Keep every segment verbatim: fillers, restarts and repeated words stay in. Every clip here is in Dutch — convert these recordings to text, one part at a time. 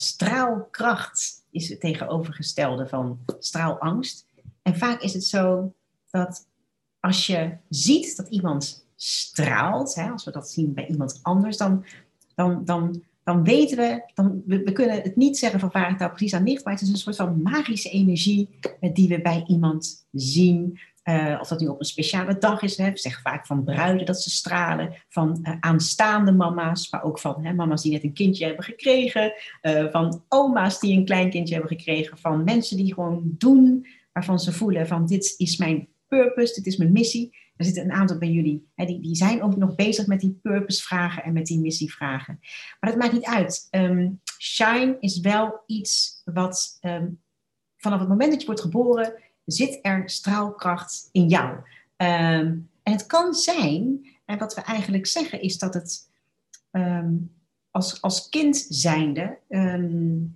straalkracht is het tegenovergestelde van straalangst. En vaak is het zo dat als je ziet dat iemand straalt, hè, als we dat zien bij iemand anders, dan, dan, dan, dan weten we, dan, we, we kunnen het niet zeggen van waar het nou precies aan ligt, maar het is een soort van magische energie uh, die we bij iemand zien. Uh, of dat nu op een speciale dag is. Hè. We zeggen vaak van bruiden dat ze stralen. Van uh, aanstaande mama's. Maar ook van hè, mama's die net een kindje hebben gekregen. Uh, van oma's die een kleinkindje hebben gekregen. Van mensen die gewoon doen waarvan ze voelen van dit is mijn purpose. Dit is mijn missie. Er zitten een aantal bij jullie. Hè, die, die zijn ook nog bezig met die purpose vragen. En met die missievragen. Maar dat maakt niet uit. Um, shine is wel iets wat um, vanaf het moment dat je wordt geboren zit er straalkracht in jou. Um, en het kan zijn, en wat we eigenlijk zeggen is dat het um, als, als kind zijnde, um,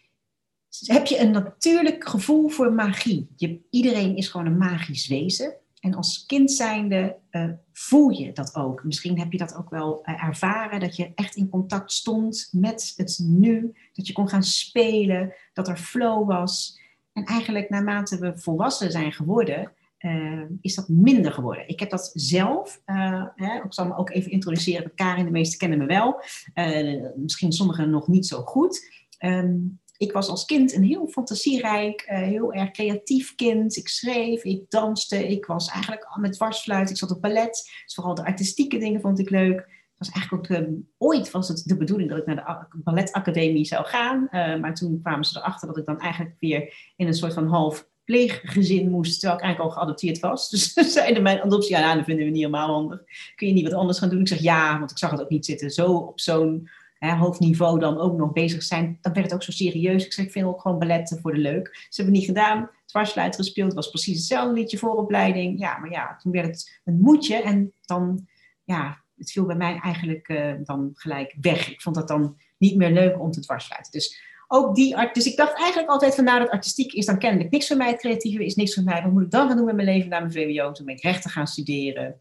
heb je een natuurlijk gevoel voor magie. Je, iedereen is gewoon een magisch wezen. En als kind zijnde uh, voel je dat ook. Misschien heb je dat ook wel uh, ervaren, dat je echt in contact stond met het nu. Dat je kon gaan spelen, dat er flow was. En eigenlijk naarmate we volwassen zijn geworden, uh, is dat minder geworden. Ik heb dat zelf, uh, hè, ik zal me ook even introduceren. Karin, de meesten kennen me wel. Uh, misschien sommigen nog niet zo goed. Um, ik was als kind een heel fantasierijk, uh, heel erg creatief kind. Ik schreef, ik danste, ik was eigenlijk met dwarsfluit. Ik zat op ballet, dus vooral de artistieke dingen vond ik leuk. Was eigenlijk ook, um, ooit was het de bedoeling dat ik naar de balletacademie zou gaan. Uh, maar toen kwamen ze erachter dat ik dan eigenlijk weer in een soort van half pleeggezin moest. Terwijl ik eigenlijk al geadopteerd was. Dus zeiden mijn adoptie, ja, nou, dat vinden we niet helemaal handig. Kun je niet wat anders gaan doen? Ik zeg ja, want ik zag het ook niet zitten. Zo op zo'n hè, hoofdniveau dan ook nog bezig zijn. Dan werd het ook zo serieus. Ik zeg, ik vind ook gewoon ballet voor de leuk. Ze hebben het niet gedaan. Dwarsfluit gespeeld. Het was precies hetzelfde liedje vooropleiding. Ja, maar ja, toen werd het een moedje. En dan, ja... Het viel bij mij eigenlijk uh, dan gelijk weg. Ik vond dat dan niet meer leuk om te dwarsfluiten. Dus, ook die art- dus ik dacht eigenlijk altijd van nou, dat artistiek is dan kennelijk niks voor mij. Het creatieve is niks voor mij. Wat moet ik dan gaan doen met mijn leven na mijn V W O? Toen ben ik rechten gaan studeren.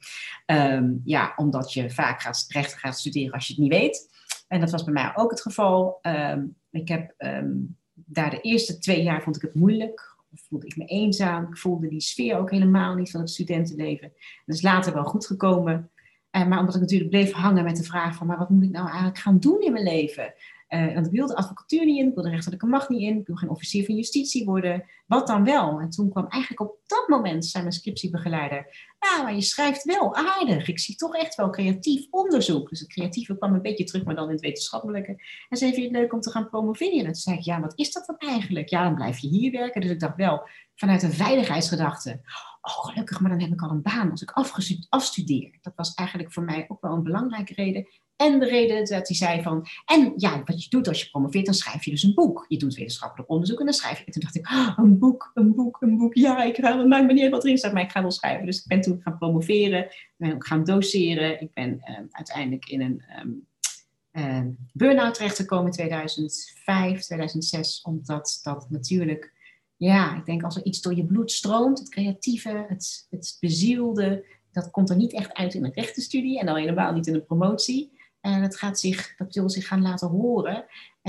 Um, ja, omdat je vaak gaat, rechten gaat studeren als je het niet weet. En dat was bij mij ook het geval. Um, ik heb um, daar de eerste twee jaar vond ik het moeilijk. Voelde ik me eenzaam. Ik voelde die sfeer ook helemaal niet van het studentenleven. Dat is later wel goed gekomen. Uh, maar omdat ik natuurlijk bleef hangen met de vraag van, maar wat moet ik nou eigenlijk gaan doen in mijn leven? Uh, want ik wilde advocatuur niet in, ik wilde rechterlijke macht niet in, ik wilde geen officier van justitie worden. Wat dan wel? En toen kwam eigenlijk op dat moment, zei mijn scriptiebegeleider, ja, maar je schrijft wel aardig. Ik zie toch echt wel creatief onderzoek. Dus het creatieve kwam een beetje terug, maar dan in het wetenschappelijke. En zei, vind je het leuk om te gaan promoveren? En toen zei ik, ja, wat is dat dan eigenlijk? Ja, dan blijf je hier werken. Dus ik dacht wel, vanuit een veiligheidsgedachte, oh, gelukkig, maar dan heb ik al een baan als ik afgestu- afstudeer. Dat was eigenlijk voor mij ook wel een belangrijke reden. En de reden dat hij zei van, en ja, wat je doet als je promoveert, dan schrijf je dus een boek. Je doet wetenschappelijk onderzoek en dan schrijf je. En toen dacht ik, oh, een boek, een boek, een boek. Ja, ik ga, het maakt me niet uit wat erin staat, maar ik ga wel schrijven. Dus ik ben toen gaan promoveren, ik ben ook gaan doseren. Ik ben uh, uiteindelijk in een um, uh, burn-out terechtgekomen in tweeduizend vijf, tweeduizend zes, omdat dat natuurlijk... Ja, ik denk als er iets door je bloed stroomt, het creatieve, het, het bezielde, dat komt er niet echt uit in een rechtenstudie en dan helemaal niet in een promotie. En het gaat zich, dat wil zich gaan laten horen.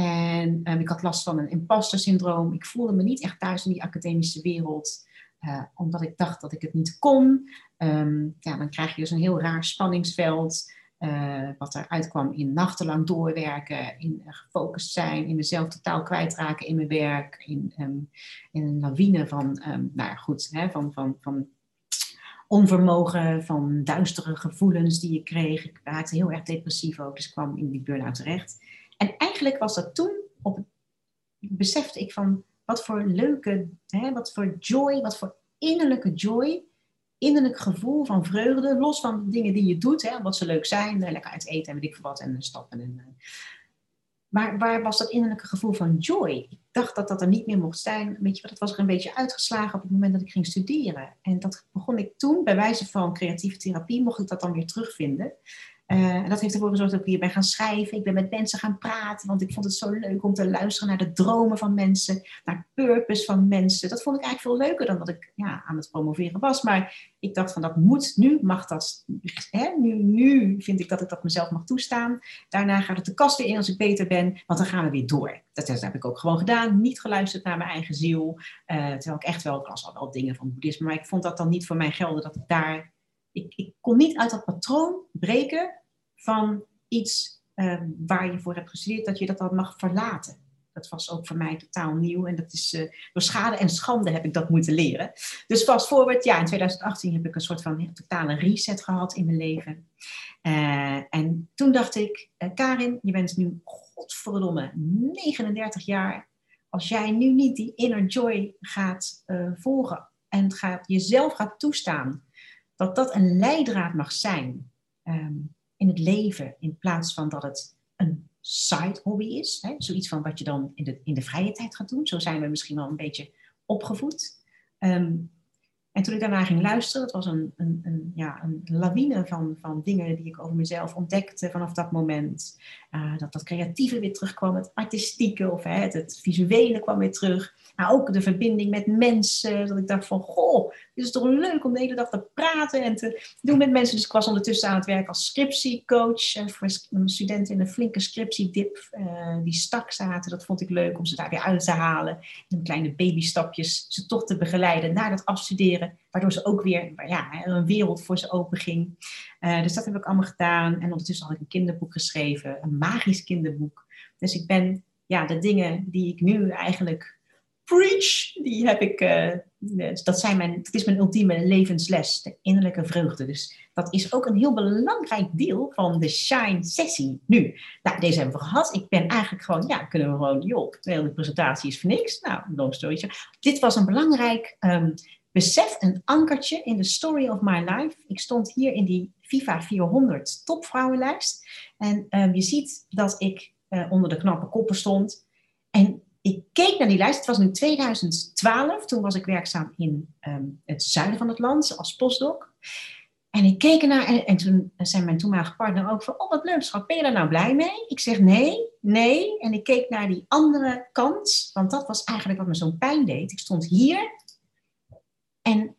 En um, ik had last van een imposter syndroom. Ik voelde me niet echt thuis in die academische wereld, uh, omdat ik dacht dat ik het niet kon. Um, ja, dan krijg je dus een heel raar spanningsveld. Uh, wat eruit kwam in nachtenlang doorwerken, in uh, gefocust zijn, in mezelf totaal kwijtraken in mijn werk, in, um, in een lawine van, um, nou ja, goed, hè, van, van, van onvermogen, van duistere gevoelens die ik kreeg. Ik raakte heel erg depressief ook, dus ik kwam in die burn-out terecht. En eigenlijk was dat toen, op, besefte ik van, wat voor leuke, hè, wat voor joy, wat voor innerlijke joy, innerlijk gevoel van vreugde, los van de dingen die je doet, hè, wat ze leuk zijn, lekker uit eten en weet ik veel wat, en stappen. En, uh. Maar waar was dat innerlijke gevoel van joy? Ik dacht dat dat er niet meer mocht zijn. Weet je wat, dat was er een beetje uitgeslagen op het moment dat ik ging studeren. En dat begon ik toen, bij wijze van creatieve therapie, mocht ik dat dan weer terugvinden. Uh, en dat heeft ervoor gezorgd dat ik weer ben gaan schrijven. Ik ben met mensen gaan praten, want ik vond het zo leuk om te luisteren naar de dromen van mensen, naar purpose van mensen. Dat vond ik eigenlijk veel leuker dan dat ik ja, aan het promoveren was. Maar ik dacht van dat moet, nu mag dat, hè, nu, nu vind ik dat ik dat mezelf mag toestaan. Daarna gaat het de kast weer in als ik beter ben, want dan gaan we weer door. Dat, dat heb ik ook gewoon gedaan, niet geluisterd naar mijn eigen ziel. Uh, terwijl ik echt wel, ik las al wel dingen van boeddhisme, maar ik vond dat dan niet voor mij gelden dat ik daar, ik, ik kon niet uit dat patroon breken van iets uh, waar je voor hebt gestudeerd, dat je dat dan mag verlaten. Dat was ook voor mij totaal nieuw. En dat is uh, door schade en schande heb ik dat moeten leren. Dus fast forward, ja, in twintig achttien heb ik een soort van ja, totale reset gehad in mijn leven. Uh, en toen dacht ik, uh, Karin, je bent nu godverdomme negenendertig jaar. Als jij nu niet die inner joy gaat uh, volgen en gaat, jezelf gaat toestaan, dat dat een leidraad mag zijn um, in het leven, in plaats van dat het een side hobby is. Hè? Zoiets van wat je dan in de, in de vrije tijd gaat doen. Zo zijn we misschien wel een beetje opgevoed. Um, en toen ik daarna ging luisteren, dat was een, een, een, ja, een lawine van, van dingen die ik over mezelf ontdekte vanaf dat moment. Uh, dat dat creatieve weer terugkwam, het artistieke of hè, het, het visuele kwam weer terug. Maar ook de verbinding met mensen. Dat ik dacht van, goh, dit is toch leuk om de hele dag te praten en te doen met mensen. Dus ik was ondertussen aan het werk als scriptiecoach. Uh, voor studenten in een flinke scriptiedip uh, die stak zaten. Dat vond ik leuk om ze daar weer uit te halen. En kleine babystapjes ze toch te begeleiden naar dat afstuderen. Waardoor ze ook weer ja, een wereld voor ze open ging. Uh, dus dat heb ik allemaal gedaan. En ondertussen had ik een kinderboek geschreven. Een magisch kinderboek. Dus ik ben ja, de dingen die ik nu eigenlijk preach, die heb ik, uh, dat, zijn mijn, dat is mijn ultieme levensles, de innerlijke vreugde. Dus dat is ook een heel belangrijk deel van de Shine sessie nu. Nou, deze hebben we gehad. Ik ben eigenlijk gewoon, ja, kunnen we gewoon, joh, de hele presentatie is voor niks. Nou, long story short. Dit was een belangrijk um, besef, een ankertje in de story of my life. Ik stond hier in die FIFA vierhonderd topvrouwenlijst. En um, je ziet dat ik uh, onder de knappe koppen stond. En ik keek naar die lijst, het was in tweeduizend twaalf, toen was ik werkzaam in um, het zuiden van het land als postdoc. En ik keek ernaar en, en toen zei mijn toenmalige partner ook van, oh wat leuk schat, ben je daar nou blij mee? Ik zeg nee, nee. En ik keek naar die andere kant, want dat was eigenlijk wat me zo'n pijn deed. Ik stond hier en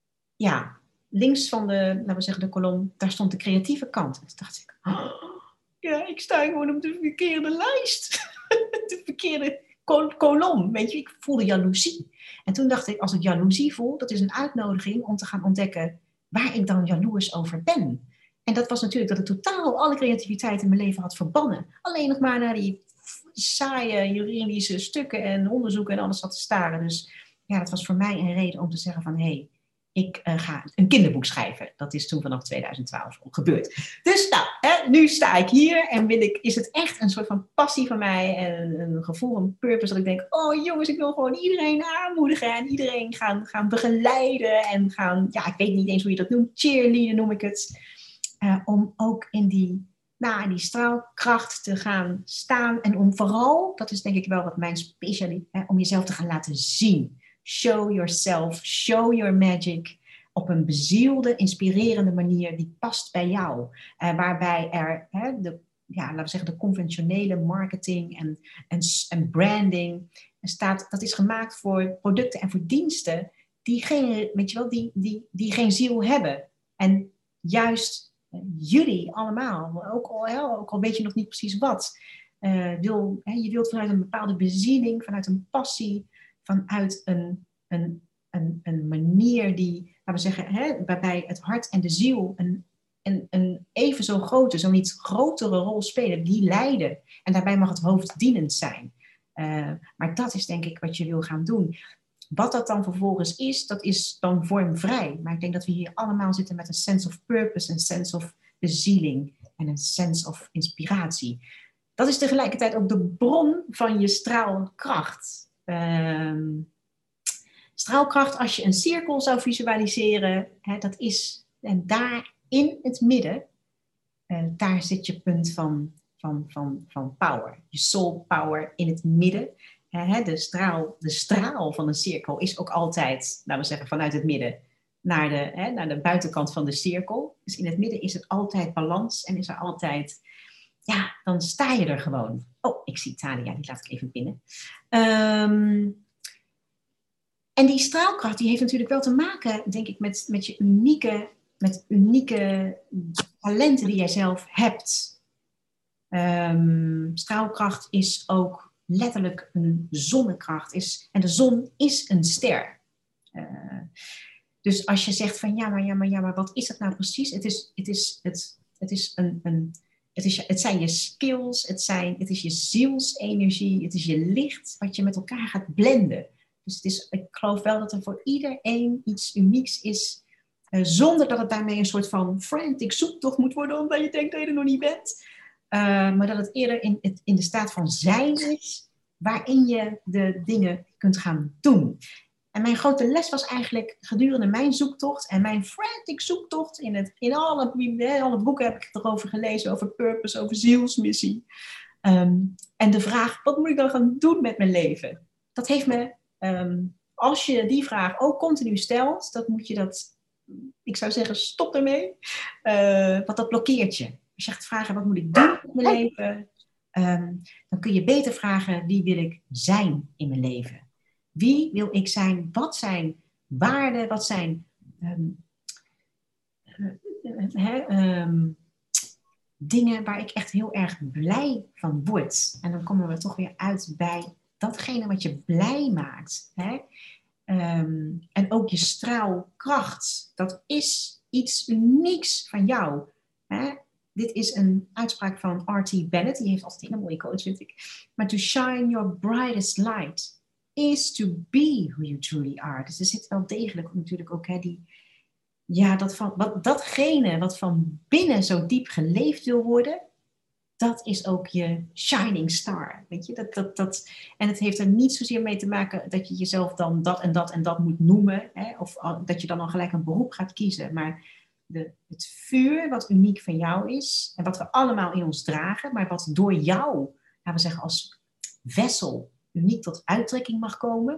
ja, links van de, laten we zeggen de kolom, daar stond de creatieve kant. En toen dacht ik, oh, ja, ik sta gewoon op de verkeerde lijst. De verkeerde kol- kolom, weet je. Ik voelde jaloezie. En toen dacht ik, als ik jaloezie voel, dat is een uitnodiging om te gaan ontdekken waar ik dan jaloers over ben. En dat was natuurlijk dat ik totaal alle creativiteit in mijn leven had verbannen. Alleen nog maar naar die saaie juridische stukken en onderzoeken en alles zat te staren. Dus ja, dat was voor mij een reden om te zeggen van, hé, hey, ik uh, ga een kinderboek schrijven. Dat is toen vanaf tweeduizend twaalf gebeurd. Dus nou, hè, nu sta ik hier en wil ik, is het echt een soort van passie van mij en een gevoel van purpose dat ik denk, oh jongens, ik wil gewoon iedereen aanmoedigen en iedereen gaan, gaan begeleiden en gaan, ja, ik weet niet eens hoe je dat noemt, cheerleaden noem ik het. Uh, om ook in die, nou, in die straalkracht te gaan staan en om vooral, dat is denk ik wel wat mijn specialiteit, om jezelf te gaan laten zien. Show yourself, show your magic op een bezielde, inspirerende manier die past bij jou. Uh, waarbij er hè, de, ja, laten we zeggen, de conventionele marketing en, en, en branding staat, dat is gemaakt voor producten en voor diensten die geen, weet je wel, die, die, die geen ziel hebben. En juist uh, jullie allemaal, ook al, hè, ook al weet je nog niet precies wat, uh, wil, hè, je wilt vanuit een bepaalde bezieling, vanuit een passie, vanuit een, een, een, een manier die, laten we zeggen, hè, waarbij het hart en de ziel een, een, een even zo grote, zo niet grotere rol spelen, die leiden. En daarbij mag het hoofd dienend zijn. Uh, maar dat is denk ik wat je wil gaan doen. Wat dat dan vervolgens is, dat is dan vormvrij. Maar ik denk dat we hier allemaal zitten met een sense of purpose, een sense of bezieling en een sense of inspiratie. Dat is tegelijkertijd ook de bron van je straalkracht. Um, straalkracht, als je een cirkel zou visualiseren, hè, dat is, en daar in het midden, uh, daar zit je punt van, van, van, van power. Je soul power in het midden. Uh, hè, de, straal, de straal van een cirkel is ook altijd, laten we zeggen, vanuit het midden naar de, hè, naar de buitenkant van de cirkel. Dus in het midden is het altijd balans en is er altijd, ja, dan sta je er gewoon. Oh, ik zie Talia, die laat ik even pinnen. Um, en die straalkracht, die heeft natuurlijk wel te maken, denk ik, met, met je unieke, met unieke talenten die jij zelf hebt. Um, straalkracht is ook letterlijk een zonnekracht. Is, en de zon is een ster. Uh, dus als je zegt van ja, maar ja, maar ja, maar wat is het nou precies? Het is, het is, het, het is een, een het, is, het zijn je skills, het, zijn, het is je zielsenergie, het is je licht wat je met elkaar gaat blenden. Dus het is, ik geloof wel dat er voor iedereen iets unieks is, uh, zonder dat het daarmee een soort van frantic zoektocht moet worden, omdat je denkt dat je er nog niet bent. Uh, maar dat het eerder in, het, in de staat van zijn is, waarin je de dingen kunt gaan doen. En mijn grote les was eigenlijk gedurende mijn zoektocht en mijn frantic zoektocht, in, het, in alle, alle boeken heb ik erover gelezen, over purpose, over zielsmissie. Um, en de vraag, wat moet ik dan gaan doen met mijn leven? Dat heeft me, um, als je die vraag ook continu stelt, dat moet je dat, ik zou zeggen, stop ermee, uh, want dat blokkeert je. Als je gaat vragen, wat moet ik doen in mijn leven? Um, dan kun je beter vragen, wie wil ik zijn in mijn leven? Wie wil ik zijn? Wat zijn waarden? Wat zijn um, uh, uh, um, dingen waar ik echt heel erg blij van word? En dan komen we toch weer uit bij datgene wat je blij maakt. Hè? Um, en ook je straalkracht. Dat is iets unieks van jou. Hè? Dit is een uitspraak van R T Bennett. Die heeft altijd een hele mooie quote, vind ik. Maar to shine your brightest light is to be who you truly are. Dus er zit wel degelijk natuurlijk ook hè, die, ja, dat van, wat, datgene wat van binnen zo diep geleefd wil worden, dat is ook je shining star. Weet je? Dat, dat, dat, en het heeft er niet zozeer mee te maken dat je jezelf dan dat en dat en dat moet noemen. Hè? Of dat je dan al gelijk een beroep gaat kiezen. Maar de, het vuur wat uniek van jou is, en wat we allemaal in ons dragen, maar wat door jou, laten we zeggen als vessel, uniek tot uitdrukking mag komen.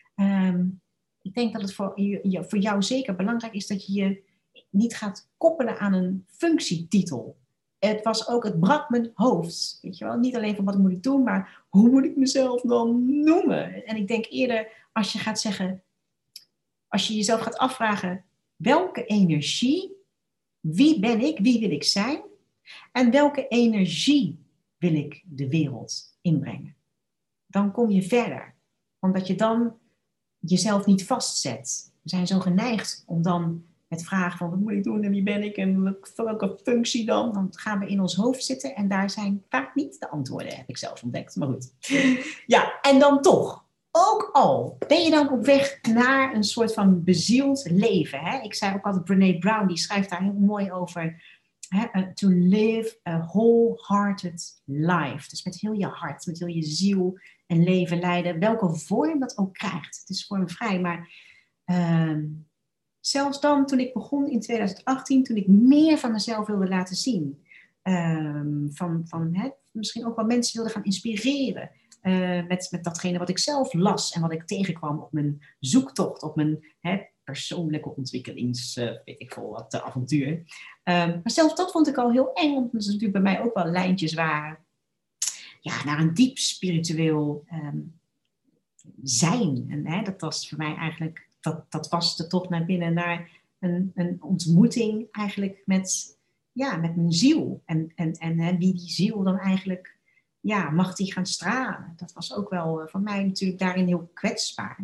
Um, ik denk dat het voor, je, voor jou zeker belangrijk is dat je je niet gaat koppelen aan een functietitel. Het was ook, het brak mijn hoofd. Weet je wel? Niet alleen van wat moet ik doen, maar hoe moet ik mezelf dan noemen? En ik denk eerder, als je gaat zeggen, als je jezelf gaat afvragen, welke energie, wie ben ik, wie wil ik zijn? En welke energie wil ik de wereld inbrengen? Dan kom je verder. Omdat je dan jezelf niet vastzet. We zijn zo geneigd om dan met vragen van wat moet ik doen en wie ben ik en welke functie dan? Dan gaan we in ons hoofd zitten en daar zijn vaak niet de antwoorden, heb ik zelf ontdekt. Maar goed. Ja, en dan toch. Ook al ben je dan op weg naar een soort van bezield leven. Hè? Ik zei ook altijd, Brené Brown, die schrijft daar heel mooi over. Hè? Uh, to live a wholehearted life. Dus met heel je hart, met heel je ziel en leven leiden. Welke vorm dat ook krijgt. Het is vormvrij, maar uh, zelfs dan toen ik begon in twintig achttien, toen ik meer van mezelf wilde laten zien. Uh, van, van, hè, misschien ook wel mensen wilde gaan inspireren. Uh, met, met datgene wat ik zelf las en wat ik tegenkwam op mijn zoektocht, op mijn hè, persoonlijke ontwikkelings, uh, weet ik veel wat, uh, avontuur. Uh, maar zelfs dat vond ik al heel eng, omdat er natuurlijk bij mij ook wel lijntjes waren ja, naar een diep spiritueel um, zijn. En hè, dat was voor mij eigenlijk, dat, dat was de tocht naar binnen, naar een, een ontmoeting eigenlijk met, ja, met mijn ziel. En, en, en hè, wie die ziel dan eigenlijk, ja, mag die gaan stralen. Dat was ook wel uh, voor mij natuurlijk daarin heel kwetsbaar.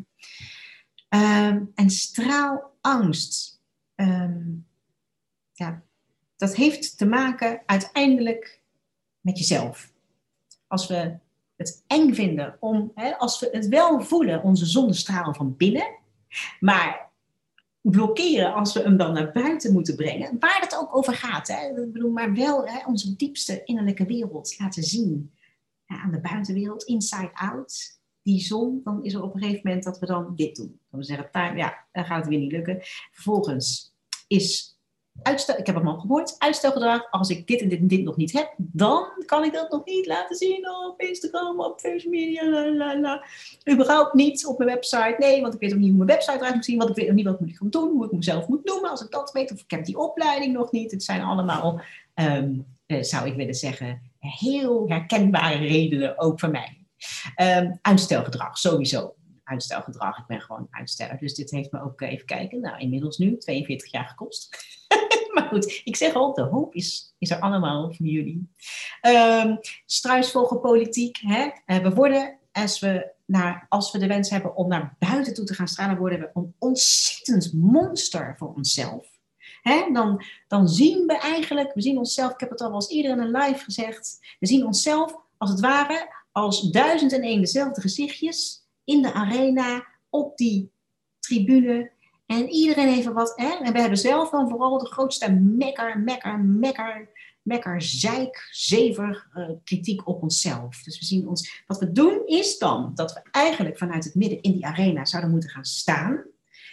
Um, en straalangst. Um, ja, dat heeft te maken uiteindelijk met jezelf. Als we het eng vinden, om, hè, als we het wel voelen, onze zonnestralen van binnen, maar blokkeren als we hem dan naar buiten moeten brengen, waar het ook over gaat. Hè, ik bedoel, maar wel hè, onze diepste innerlijke wereld laten zien. Ja, aan de buitenwereld, inside out, die zon, dan is er op een gegeven moment dat we dan dit doen. Dan we zeggen, ja, dan gaat het weer niet lukken. Vervolgens is Uitstel, ik heb hem al gehoord, uitstelgedrag. Als ik dit en dit en dit nog niet heb, dan kan ik dat nog niet laten zien op Instagram, op Facebook media, la, la, la. Überhaupt niet op mijn website. Nee, want ik weet ook niet hoe mijn website eruit moet zien, want ik weet ook niet wat ik moet gaan doen, hoe ik mezelf moet noemen als ik dat weet, of ik heb die opleiding nog niet. Het zijn allemaal, um, uh, zou ik willen zeggen, heel herkenbare redenen, ook voor mij. Um, uitstelgedrag, sowieso. Uitstelgedrag, ik ben gewoon uitsteller. Dus dit heeft me ook, even kijken, nou inmiddels nu tweeënveertig jaar gekost. Maar goed, ik zeg al, de hoop is, is er allemaal voor jullie. Um, struisvogelpolitiek. Hè? Uh, we worden, als we, naar, als we de wens hebben om naar buiten toe te gaan stralen, worden we een ontzettend monster voor onszelf. Hè? Dan, dan zien we eigenlijk, we zien onszelf, ik heb het al wel eens eerder in een live gezegd, we zien onszelf als het ware als duizend en één dezelfde gezichtjes in de arena, op die tribune. En iedereen heeft wat, hè? En we hebben zelf dan vooral de grootste mekker, mekker, mekker, mekker, zeik, zever uh, kritiek op onszelf. Dus we zien ons, wat we doen is dan dat we eigenlijk vanuit het midden in die arena zouden moeten gaan staan.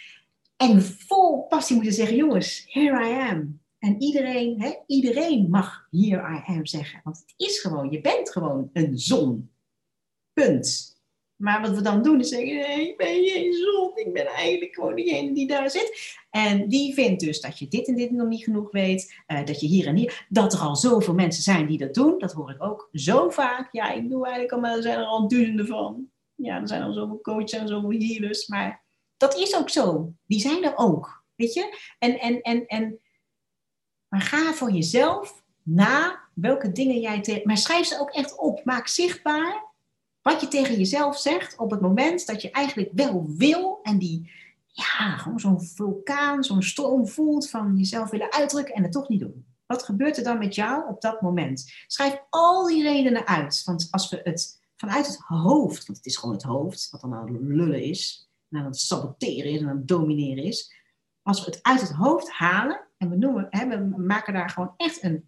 En vol passie moeten zeggen, jongens, here I am. En iedereen, hè, iedereen mag here I am zeggen. Want het is gewoon, je bent gewoon een zon. Punt. Maar wat we dan doen is zeggen, nee, ik ben geen zon, ik ben eigenlijk gewoon diegene die daar zit. En die vindt dus dat je dit en dit nog niet genoeg weet, uh, dat je hier en hier, dat er al zoveel mensen zijn die dat doen, dat hoor ik ook zo vaak. Ja, ik doe eigenlijk al, maar er zijn er al duizenden van. Ja, er zijn al zoveel coaches en zoveel healers, maar dat is ook zo. Die zijn er ook, weet je. En, en, en, en, maar ga voor jezelf na welke dingen jij tegen, maar schrijf ze ook echt op, maak zichtbaar wat je tegen jezelf zegt op het moment dat je eigenlijk wel wil en die, ja, gewoon zo'n vulkaan, zo'n stroom voelt van jezelf willen uitdrukken en het toch niet doen. Wat gebeurt er dan met jou op dat moment? Schrijf al die redenen uit. Want als we het vanuit het hoofd, want het is gewoon het hoofd, wat dan aan het lullen is, en aan het saboteren is en aan het domineren is. Als we het uit het hoofd halen en we, noemen, hè, we maken daar gewoon echt een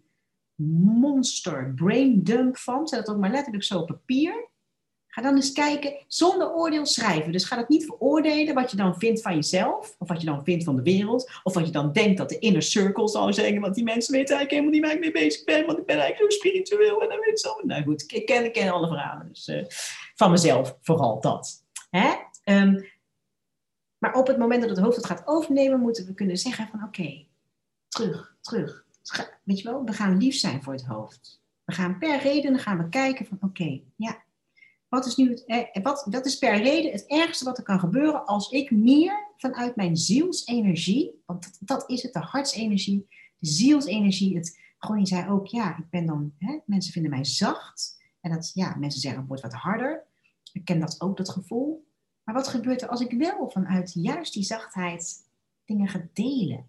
monster brain dump van, zet het ook maar letterlijk zo op papier. Ga dan eens kijken, zonder oordeel schrijven. Dus ga het niet veroordelen wat je dan vindt van jezelf. Of wat je dan vindt van de wereld. Of wat je dan denkt dat de inner circle zou zeggen. Want die mensen weten eigenlijk helemaal niet waar ik mee bezig ben. Want ik ben eigenlijk zo spiritueel. En dan weet ze allemaal. Nou goed, ik ken, ik ken alle verhalen. Dus uh, van mezelf vooral dat. Hè? Um, maar op het moment dat het hoofd het gaat overnemen. Moeten we kunnen zeggen van oké. Okay, terug, terug. Weet je wel, we gaan lief zijn voor het hoofd. We gaan per reden gaan we kijken van oké, okay, ja. Wat is nu het, eh, wat, dat is per reden het ergste wat er kan gebeuren als ik meer vanuit mijn zielsenergie, want dat, dat is het, de hartsenergie, de zielsenergie, het, Ronnie zei ook, ja, ik ben dan, hè, mensen vinden mij zacht en dat, ja, mensen zeggen, het wordt wat harder. Ik ken dat ook, dat gevoel. Maar wat gebeurt er als ik wel vanuit juist die zachtheid dingen ga delen?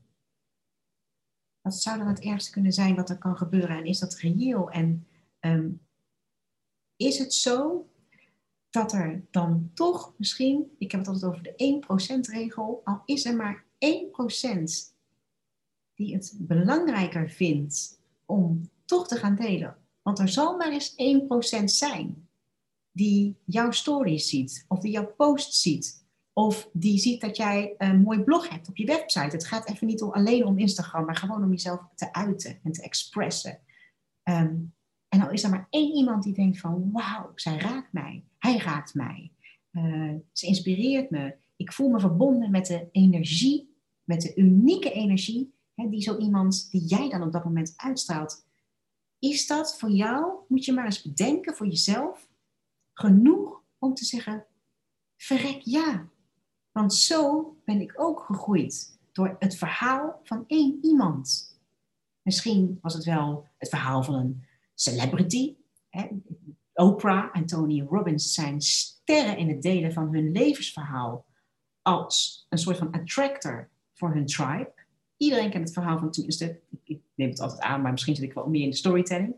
Wat zou dan het ergste kunnen zijn wat er kan gebeuren en is dat reëel? En um, is het zo dat er dan toch misschien, ik heb het altijd over de één procent regel, al is er maar één procent die het belangrijker vindt om toch te gaan delen. Want er zal maar eens één procent zijn die jouw stories ziet, of die jouw post ziet, of die ziet dat jij een mooi blog hebt op je website. Het gaat even niet om, alleen om Instagram, maar gewoon om jezelf te uiten en te expressen. Um, En dan is er maar één iemand die denkt van, wauw, zij raakt mij. Hij raakt mij. Uh, ze inspireert me. Ik voel me verbonden met de energie, met de unieke energie, hè, die zo iemand, die jij dan op dat moment uitstraalt. Is dat voor jou, moet je maar eens bedenken voor jezelf, genoeg om te zeggen, verrek ja. Want zo ben ik ook gegroeid door het verhaal van één iemand. Misschien was het wel het verhaal van een celebrity. Hè? Oprah en Tony Robbins zijn sterren in het delen van hun levensverhaal als een soort van attractor voor hun tribe. Iedereen kent het verhaal van, tenminste, ik neem het altijd aan, maar misschien zit ik wel meer in de storytelling.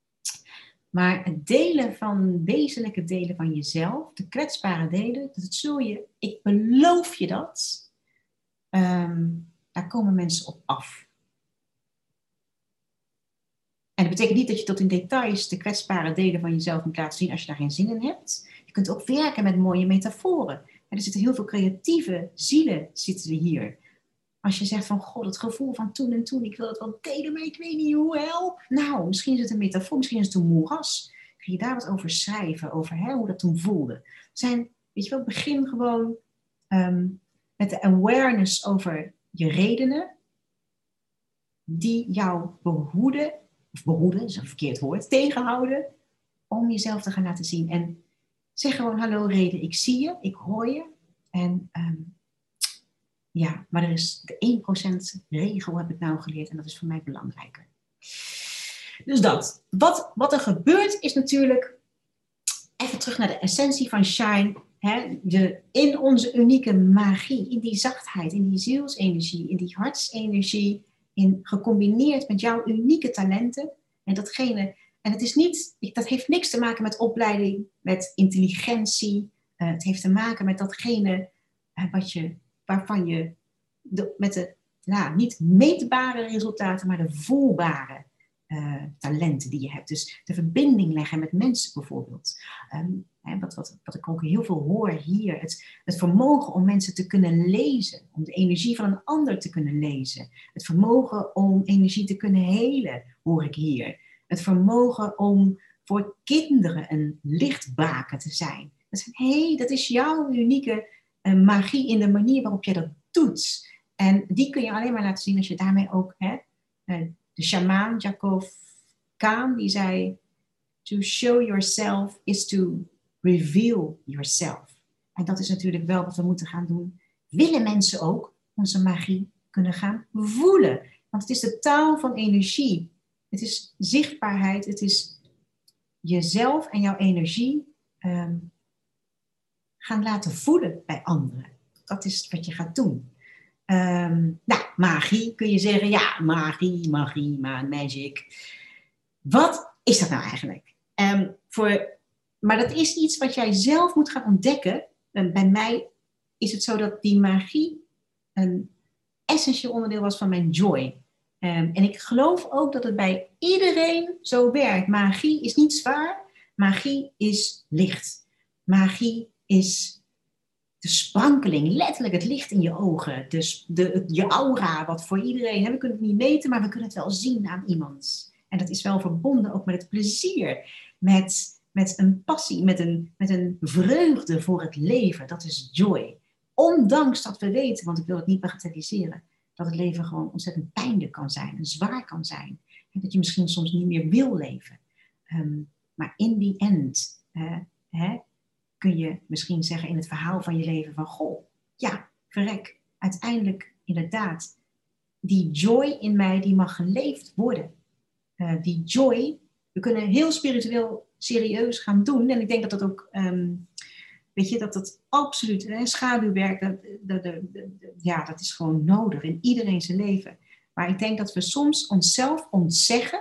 Maar het delen van, wezenlijke delen van jezelf, de kwetsbare delen, dat zul je, ik beloof je dat, um, daar komen mensen op af. En dat betekent niet dat je tot in details de kwetsbare delen van jezelf moet laten zien als je daar geen zin in hebt. Je kunt ook werken met mooie metaforen. En er zitten heel veel creatieve zielen zitten hier. Als je zegt van, god, het gevoel van toen en toen, ik wil het wel delen, maar ik weet niet hoe wel. Nou, misschien is het een metafoor, misschien is het een moeras. Kun je daar wat over schrijven, over hè, hoe dat toen voelde. Zijn, weet je wel, begin gewoon um, met de awareness over je redenen, die jou behoeden, of behoeden, is een verkeerd woord, tegenhouden, om jezelf te gaan laten zien. En zeg gewoon, hallo reden, ik zie je, ik hoor je. En um, ja, maar er is de één procent regel, heb ik nou geleerd, en dat is voor mij belangrijker. Dus dat. Wat, wat er gebeurt is natuurlijk, even terug naar de essentie van Shine, hè, de, in onze unieke magie, in die zachtheid, in die zielsenergie, in die hartsenergie, in, gecombineerd met jouw unieke talenten. En datgene, en het is niet, dat heeft niks te maken met opleiding, met intelligentie. Uh, het heeft te maken met datgene uh, wat je, waarvan je, de, met de nou, niet meetbare resultaten, maar de voelbare uh, talenten die je hebt. Dus de verbinding leggen met mensen bijvoorbeeld. Um, hè, wat, wat, wat ik ook heel veel hoor hier. Het, het vermogen om mensen te kunnen lezen. Om de energie van een ander te kunnen lezen. Het vermogen om energie te kunnen helen, hoor ik hier. Het vermogen om voor kinderen een lichtbaken te zijn. Dat, zijn, hey, dat is jouw unieke uh, magie in de manier waarop je dat doet. En die kun je alleen maar laten zien als je daarmee ook... Hè, uh, de shamaan Jacob Kaan, die zei... To show yourself is to reveal yourself. En dat is natuurlijk wel wat we moeten gaan doen. Willen mensen ook onze magie kunnen gaan voelen? Want het is de taal van energie. Het is zichtbaarheid. Het is jezelf en jouw energie um, gaan laten voelen bij anderen. Dat is wat je gaat doen. Um, nou, magie kun je zeggen. Ja, magie, magie, magic. Wat is dat nou eigenlijk? Um, voor, maar dat is iets wat jij zelf moet gaan ontdekken. Um, bij mij is het zo dat die magie een essentieel onderdeel was van mijn joy. Um, en ik geloof ook dat het bij iedereen zo werkt. Magie is niet zwaar. Magie is licht. Magie is de sprankeling, letterlijk het licht in je ogen. Dus de, je aura, wat voor iedereen, hè, we kunnen het niet meten, maar we kunnen het wel zien aan iemand. En dat is wel verbonden ook met het plezier, met, met een passie, met een, met een vreugde voor het leven. Dat is joy. Ondanks dat we weten, want ik wil het niet bagatelliseren, dat het leven gewoon ontzettend pijnlijk kan zijn en zwaar kan zijn. En dat je misschien soms niet meer wil leven. Um, maar in the end, uh, hè, kun je misschien zeggen in het verhaal van je leven van, goh, ja, verrek, uiteindelijk inderdaad, die joy in mij, die mag geleefd worden. Uh, die joy, we kunnen heel spiritueel serieus gaan doen. En ik denk dat dat ook, um, weet je, dat dat absoluut, hè, schaduwwerk, dat, dat, dat, dat, ja, dat is gewoon nodig in iedereen zijn leven. Maar ik denk dat we soms onszelf ontzeggen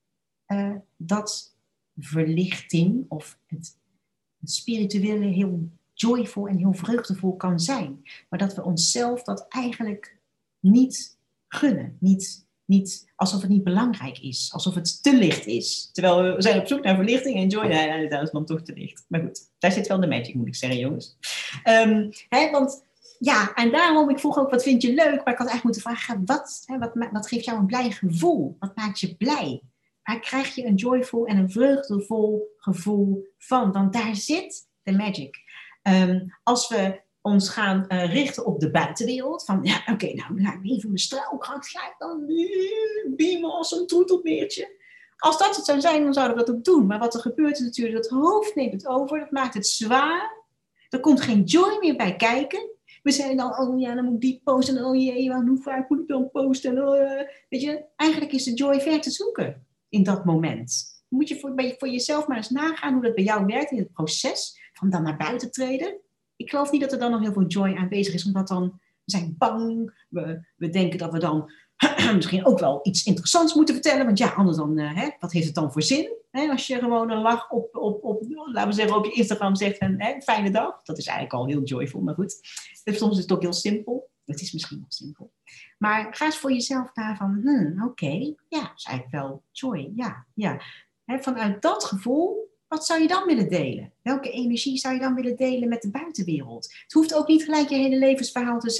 uh, dat verlichting of het, het spirituele heel joyful en heel vreugdevol kan zijn. Maar dat we onszelf dat eigenlijk niet gunnen, niet... Niet alsof het niet belangrijk is. Alsof het te licht is. Terwijl we zijn op zoek naar verlichting en joy. Nee, nee, dat is dan toch te licht. Maar goed, daar zit wel de magic, moet ik zeggen, jongens. Um, hè, want ja, en daarom, ik vroeg ook, wat vind je leuk? Maar ik had eigenlijk moeten vragen, wat, hè, wat, wat geeft jou een blij gevoel? Wat maakt je blij? Waar krijg je een joyful en een vreugdevol gevoel van? Want daar zit de magic. Um, als we ons gaan uh, richten op de buitenwereld. Van, ja, oké, okay, nou, ga ik even mijn straalkracht, ga ik dan uh, beamen als een troetelmeertje. Als dat het zou zijn, dan zouden we dat ook doen. Maar wat er gebeurt is natuurlijk, dat hoofd neemt het over, dat maakt het zwaar. Er komt geen joy meer bij kijken. We zeggen dan, oh ja, dan moet ik die posten. En oh jee, hoe vaak moet ik dan posten? En, oh, weet je, eigenlijk is de joy ver te zoeken in dat moment. Moet je voor, bij, voor jezelf maar eens nagaan hoe dat bij jou werkt in het proces van dan naar buiten treden. Ik geloof niet dat er dan nog heel veel joy aanwezig is, omdat dan, we zijn bang, we, we denken dat we dan misschien ook wel iets interessants moeten vertellen, want ja, anders dan, uh, hè, wat heeft het dan voor zin? Hè, als je gewoon een lach op, op, op, laten we zeggen, op je Instagram zegt van, hè, fijne dag, dat is eigenlijk al heel joyful, maar goed. Dus soms is het ook heel simpel, het is misschien wel simpel. Maar ga eens voor jezelf na van, hmm, oké, okay, ja, dat is eigenlijk wel joy, ja, ja. Hè, vanuit dat gevoel, wat zou je dan willen delen? Welke energie zou je dan willen delen met de buitenwereld? Het hoeft ook niet gelijk je hele levensverhaal te zijn.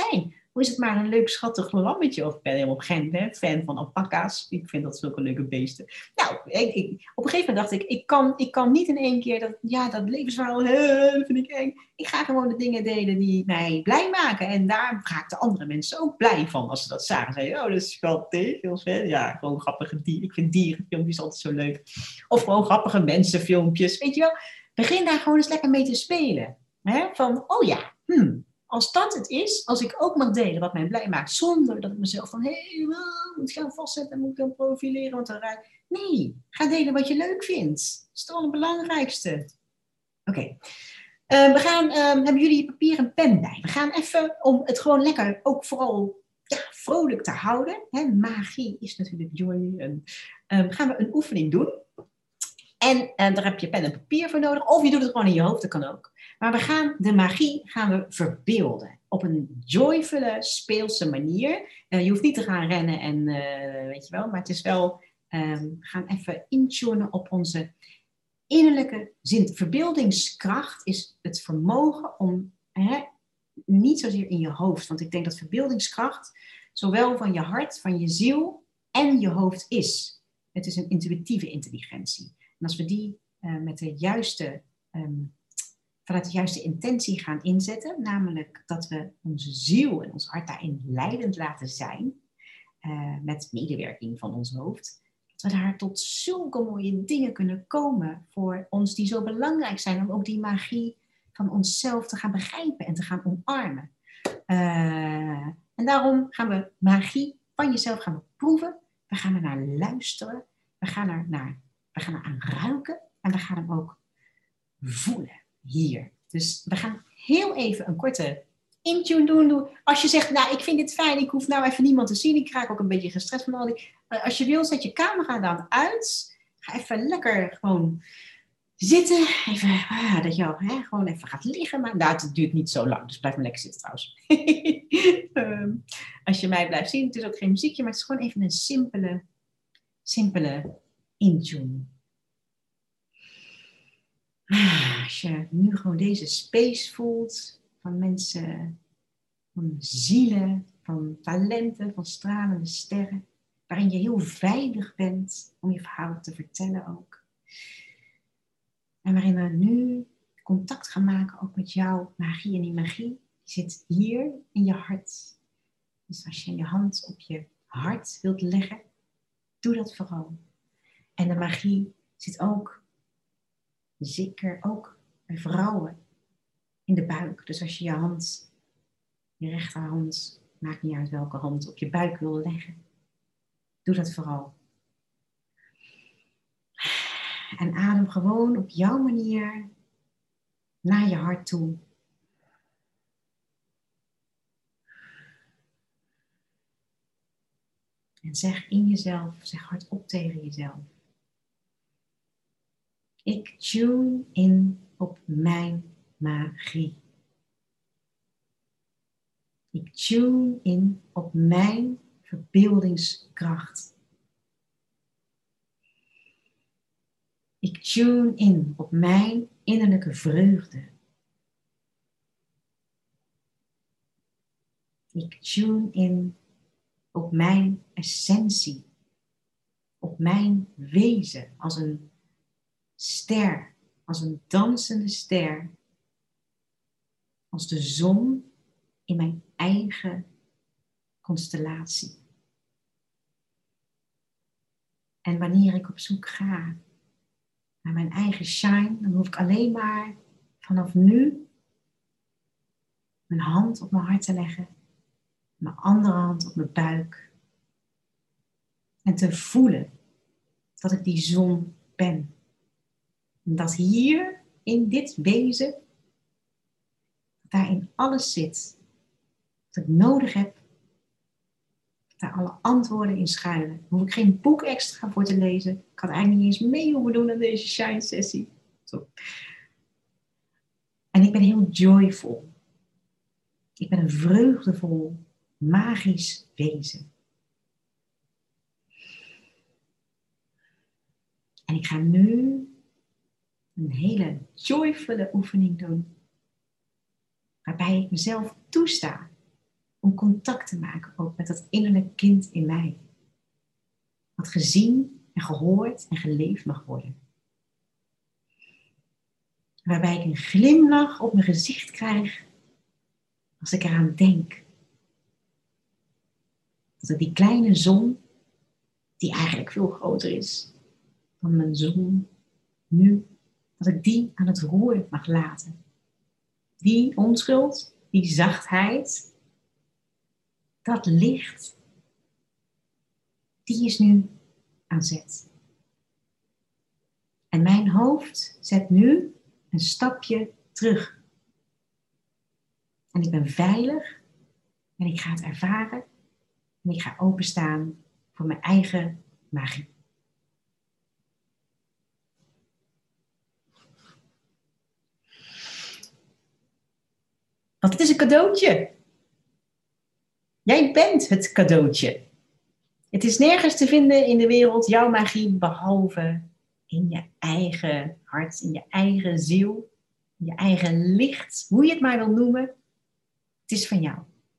Hoe is het maar een leuk schattig lammetje? Of ik ben helemaal geen hè, fan van alpaca's. Ik vind dat zulke leuke beesten. Nou, ik, ik, op een gegeven moment dacht ik, ik kan, ik kan niet in één keer dat, ja, dat levensverhaal, hè, dat vind ik eng. Ik ga gewoon de dingen delen die mij blij maken. En daar raakten andere mensen ook blij van als ze dat zagen. Zeiden, oh, dat is schattig, heel vet. Ja, gewoon grappige dieren. Ik vind dierenfilmpjes altijd zo leuk. Of gewoon grappige mensenfilmpjes. Weet je wel, begin daar gewoon eens lekker mee te spelen. Hè? Van, oh ja, hmm. Als dat het is, als ik ook mag delen wat mij blij maakt, zonder dat ik mezelf van, hé, hey, moet gaan vastzetten en moet gaan profileren. Want dan raak... Nee, ga delen wat je leuk vindt. Dat is toch het belangrijkste. Oké, okay. uh, we gaan, uh, hebben jullie je papier en pen bij? We gaan even, om het gewoon lekker, ook vooral ja, vrolijk te houden. Hè? Magie is natuurlijk joy. En, uh, gaan we een oefening doen. En uh, daar heb je pen en papier voor nodig. Of je doet het gewoon in je hoofd, dat kan ook. Maar we gaan de magie gaan we verbeelden. Op een joyvolle, speelse manier. Uh, je hoeft niet te gaan rennen en uh, weet je wel. Maar het is wel, um, we gaan even intunen op onze innerlijke zin. Verbeeldingskracht is het vermogen om, hè, niet zozeer in je hoofd. Want ik denk dat verbeeldingskracht zowel van je hart, van je ziel en je hoofd is. Het is een intuïtieve intelligentie. En als we die uh, met de juiste... Um, vanuit de juiste intentie gaan inzetten, namelijk dat we onze ziel en ons hart daarin leidend laten zijn, uh, met medewerking van ons hoofd, dat we daar tot zulke mooie dingen kunnen komen voor ons die zo belangrijk zijn om ook die magie van onszelf te gaan begrijpen en te gaan omarmen. Uh, en daarom gaan we magie van jezelf gaan we proeven, we gaan er naar luisteren, we gaan er naar, we gaan er aan ruiken en we gaan hem ook voelen. Hier. Dus we gaan heel even een korte intune doen. Als je zegt, nou, ik vind dit fijn, ik hoef nou even niemand te zien. Ik raak ook een beetje gestrest van al die... Als je wil, zet je camera dan uit. Ga even lekker gewoon zitten. Even, ah, dat je al, hè, gewoon even gaat liggen. Maar nou, het duurt niet zo lang, dus blijf maar lekker zitten trouwens. um, als je mij blijft zien, het is ook geen muziekje, maar het is gewoon even een simpele, simpele intune. Als je nu gewoon deze space voelt van mensen, van zielen, van talenten, van stralende sterren, waarin je heel veilig bent om je verhaal te vertellen ook. En waarin we nu contact gaan maken ook met jouw magie. En die magie die zit hier in je hart. Dus als je je hand op je hart wilt leggen, doe dat vooral. En de magie zit ook zeker ook bij vrouwen in de buik. Dus als je je hand, je rechterhand, maakt niet uit welke hand, op je buik wil leggen, doe dat vooral. En adem gewoon op jouw manier naar je hart toe. En zeg in jezelf, zeg hardop tegen jezelf. Ik tune in op mijn magie. Ik tune in op mijn verbeeldingskracht. Ik tune in op mijn innerlijke vreugde. Ik tune in op mijn essentie. Op mijn wezen als een ster, als een dansende ster, als de zon in mijn eigen constellatie. En wanneer ik op zoek ga naar mijn eigen shine, dan hoef ik alleen maar vanaf nu mijn hand op mijn hart te leggen, mijn andere hand op mijn buik en te voelen dat ik die zon ben. En dat hier, in dit wezen, daarin alles zit wat ik nodig heb, dat daar alle antwoorden in schuilen. Daar hoef ik geen boek extra voor te lezen. Ik had eigenlijk niet eens mee hoeven doen aan deze shine sessie. Zo. En ik ben heel joyful. Ik ben een vreugdevol, magisch wezen. En ik ga nu een hele joyvolle oefening doen. Waarbij ik mezelf toesta om contact te maken ook met dat innerlijke kind in mij. Wat gezien en gehoord en geleefd mag worden. Waarbij ik een glimlach op mijn gezicht krijg als ik eraan denk. Dat ik die kleine zon, die eigenlijk veel groter is dan mijn zon nu, dat ik die aan het roer mag laten. Die onschuld, die zachtheid, dat licht, die is nu aan zet. En mijn hoofd zet nu een stapje terug. En ik ben veilig en ik ga het ervaren en ik ga openstaan voor mijn eigen magie. Want het is een cadeautje. Jij bent het cadeautje. Het is nergens te vinden in de wereld, jouw magie, behalve in je eigen hart, in je eigen ziel, in je eigen licht, hoe je het maar wil noemen. Het is van jou.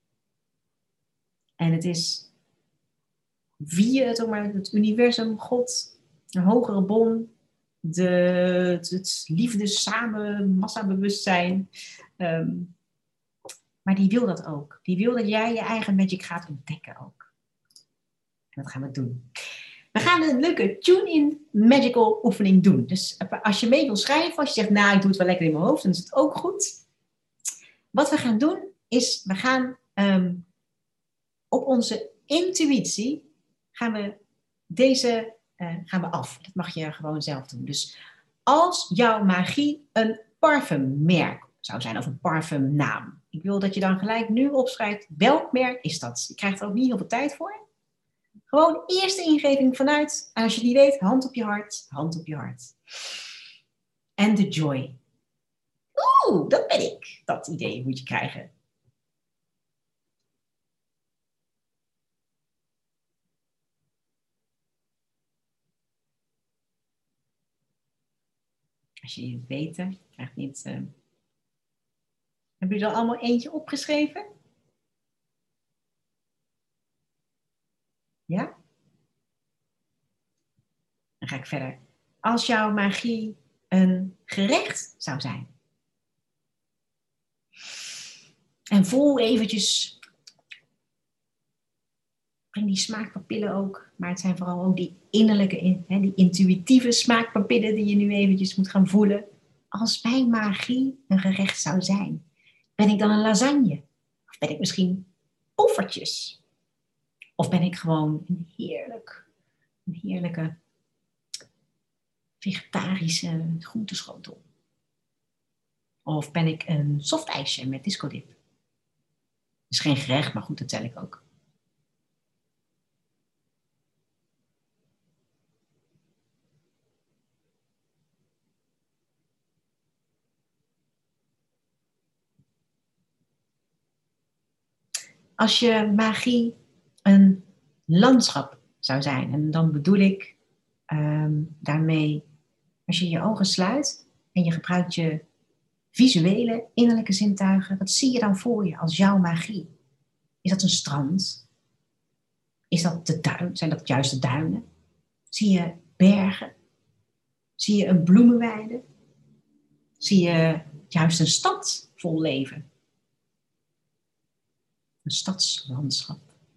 En het is via het, maar het universum, God, een hogere bron, de, het, het liefde samen, massabewustzijn. Um, maar die wil dat ook. Die wil dat jij je eigen magic gaat ontdekken ook. En dat gaan we doen. We gaan een leuke tune-in magical oefening doen. Dus als je mee wil schrijven, als je zegt, nou, ik doe het wel lekker in mijn hoofd, dan is het ook goed. Wat we gaan doen, is we gaan um, op onze intuïtie, gaan we deze uh, gaan we af. Dat mag je gewoon zelf doen. Dus als jouw magie een parfummerk zou zijn, of een parfumnaam. Ik wil dat je dan gelijk nu opschrijft, welk merk is dat? Je krijgt er ook niet heel veel tijd voor. Gewoon eerste ingeving vanuit, en als je die weet, hand op je hart, hand op je hart. En de joy. Oeh, dat ben ik. Dat idee moet je krijgen. Als je het weet, je krijgt niet... Uh... Hebben jullie er allemaal eentje opgeschreven? Ja? Dan ga ik verder. Als jouw magie een gerecht zou zijn. En voel eventjes... Breng die smaakpapillen ook. Maar het zijn vooral ook die innerlijke, hè, die intuïtieve smaakpapillen die je nu eventjes moet gaan voelen. Als mijn magie een gerecht zou zijn. Ben ik dan een lasagne? Of ben ik misschien poffertjes? Of ben ik gewoon een heerlijk, een heerlijke vegetarische groenteschotel? Of ben ik een softijsje met discodip? Dat is geen gerecht, maar goed, dat tel ik ook. Als je magie een landschap zou zijn, en dan bedoel ik um, daarmee, als je je ogen sluit en je gebruikt je visuele innerlijke zintuigen, wat zie je dan voor je als jouw magie? Is dat een strand? Is dat de duin? Zijn dat juist de duinen? Zie je bergen? Zie je een bloemenweide? Zie je juist een stad vol leven? Een stadslandschap.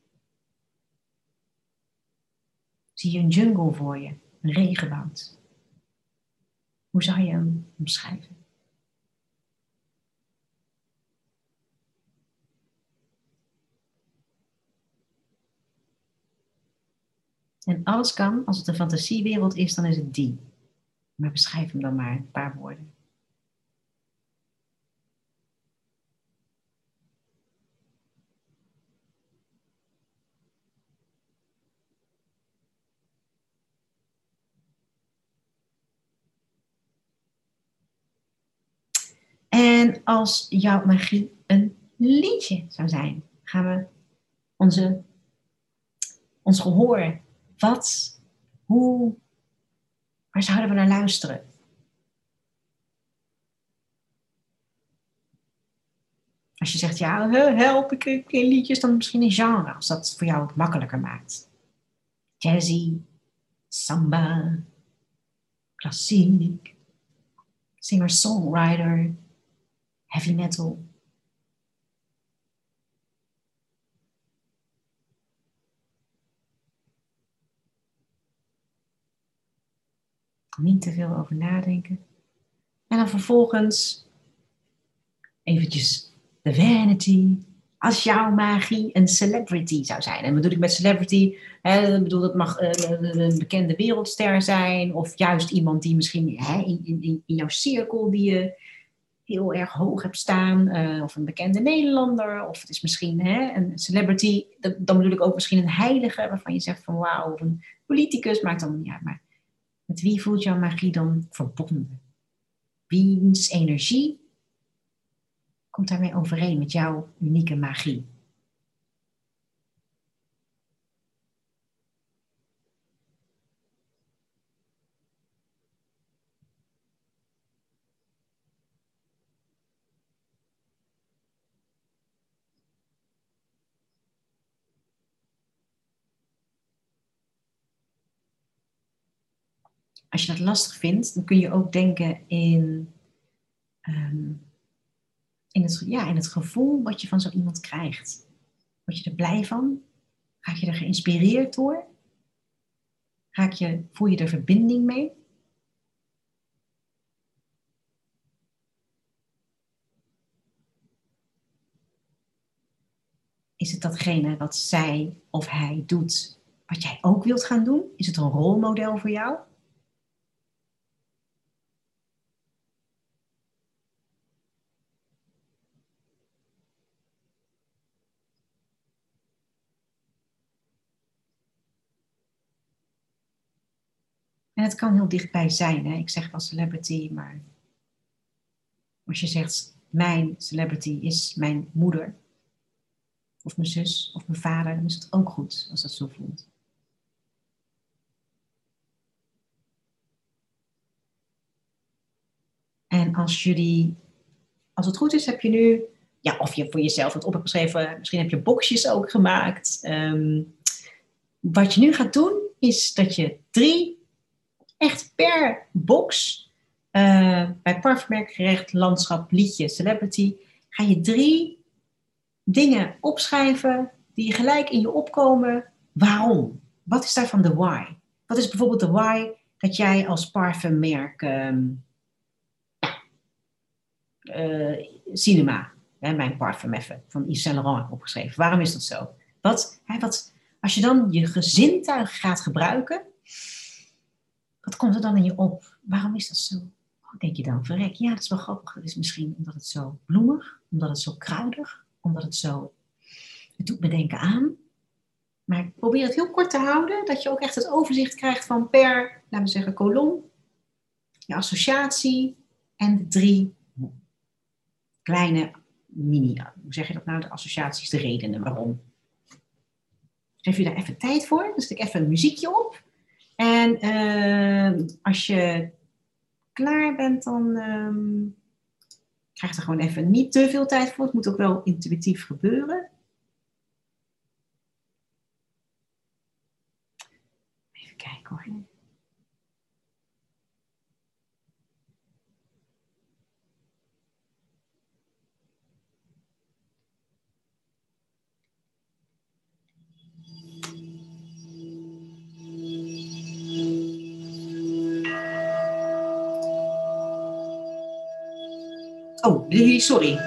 Zie je een jungle voor je? Een regenwoud? Hoe zou je hem omschrijven? En alles kan, als het een fantasiewereld is, dan is het die. Maar beschrijf hem dan maar een paar woorden. En als jouw magie een liedje zou zijn, gaan we onze, ons gehoor, wat, hoe, waar zouden we naar luisteren? Als je zegt, ja, help, ik heb geen liedjes, dan misschien een genre, als dat voor jou het makkelijker maakt. Jazzy, samba, klassiek, singer-songwriter, heavy metal. Niet te veel over nadenken. En dan vervolgens eventjes de vanity. Als jouw magie een celebrity zou zijn. En wat bedoel ik met celebrity? Hè, ik bedoel, dat mag een, een bekende wereldster zijn. Of juist iemand die misschien hè, in, in, in jouw cirkel die je heel erg hoog hebt staan. Uh, of een bekende Nederlander. Of het is misschien hè, een celebrity. Dat, dan bedoel ik ook misschien een heilige. Waarvan je zegt van wauw. Of een politicus. Maakt dan ja, maar met wie voelt jouw magie dan verbonden? Wiens energie komt daarmee overeen met jouw unieke magie? Als je dat lastig vindt, dan kun je ook denken in, um, in, het, ja, in het gevoel wat je van zo iemand krijgt. Word je er blij van? Raak je er geïnspireerd door? Raak je, voel je er verbinding mee? Is het datgene wat zij of hij doet, wat jij ook wilt gaan doen? Is het een rolmodel voor jou? En het kan heel dichtbij zijn. Hè? Ik zeg wel celebrity, maar als je zegt, mijn celebrity is mijn moeder, of mijn zus, of mijn vader, dan is het ook goed als dat zo voelt. En als jullie, als het goed is, heb je nu, ja, of je voor jezelf het op hebt geschreven, misschien heb je boxjes ook gemaakt. Um, wat je nu gaat doen, is dat je drie, echt per box, uh, bij parfummerk, gerecht, landschap, liedje, celebrity, ga je drie dingen opschrijven die gelijk in je opkomen. Waarom? Wat is daarvan de why? Wat is bijvoorbeeld de why dat jij als parfummerk um, uh, cinema, hè, mijn parfum even, van Yves Saint Laurent opgeschreven. Waarom is dat zo? Wat, hè, wat, als je dan je gezintuig gaat gebruiken, wat komt er dan in je op? Waarom is dat zo? Oh, denk je dan, verrek, ja, dat is wel grappig. Dat is misschien omdat het zo bloemig, omdat het zo kruidig, omdat het zo, het doet me denken aan. Maar probeer het heel kort te houden, dat je ook echt het overzicht krijgt van per, laten we zeggen, kolom, je associatie en de drie kleine mini, hoe zeg je dat nou, de associaties, de redenen waarom. Geef je daar even tijd voor, dan zet ik even een muziekje op. En uh, als je klaar bent, dan uh, krijg je er gewoon even niet te veel tijd voor. Het moet ook wel intuïtief gebeuren. Even kijken hoor. Oh, sorry.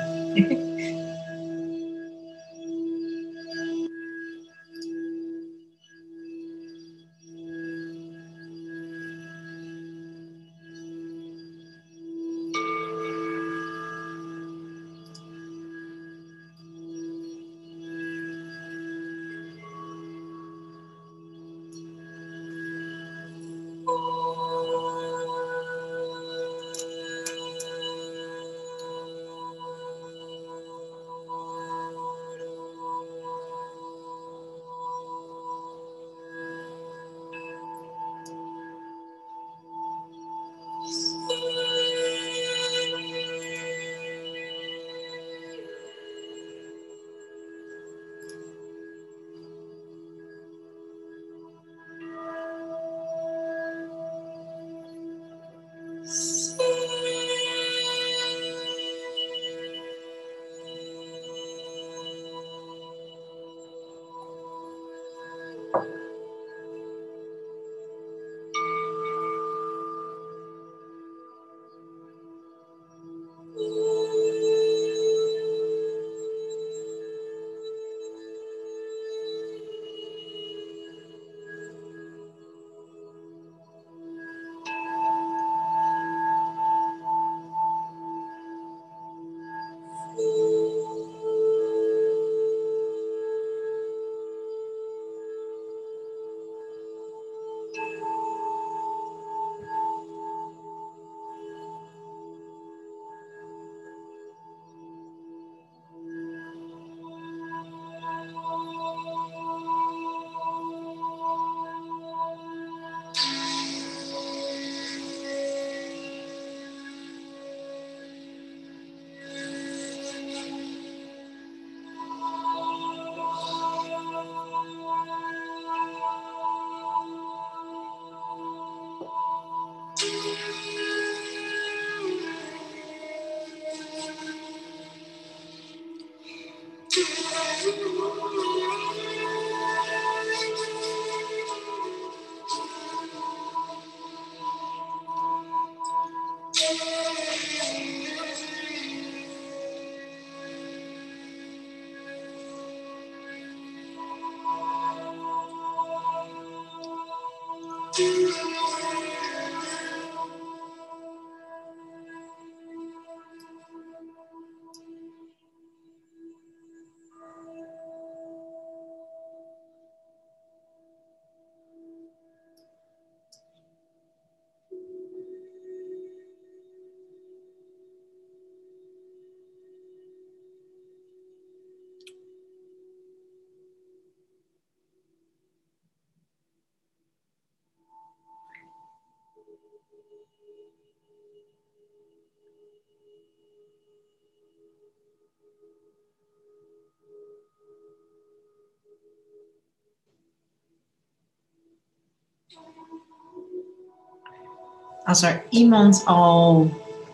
Als er iemand al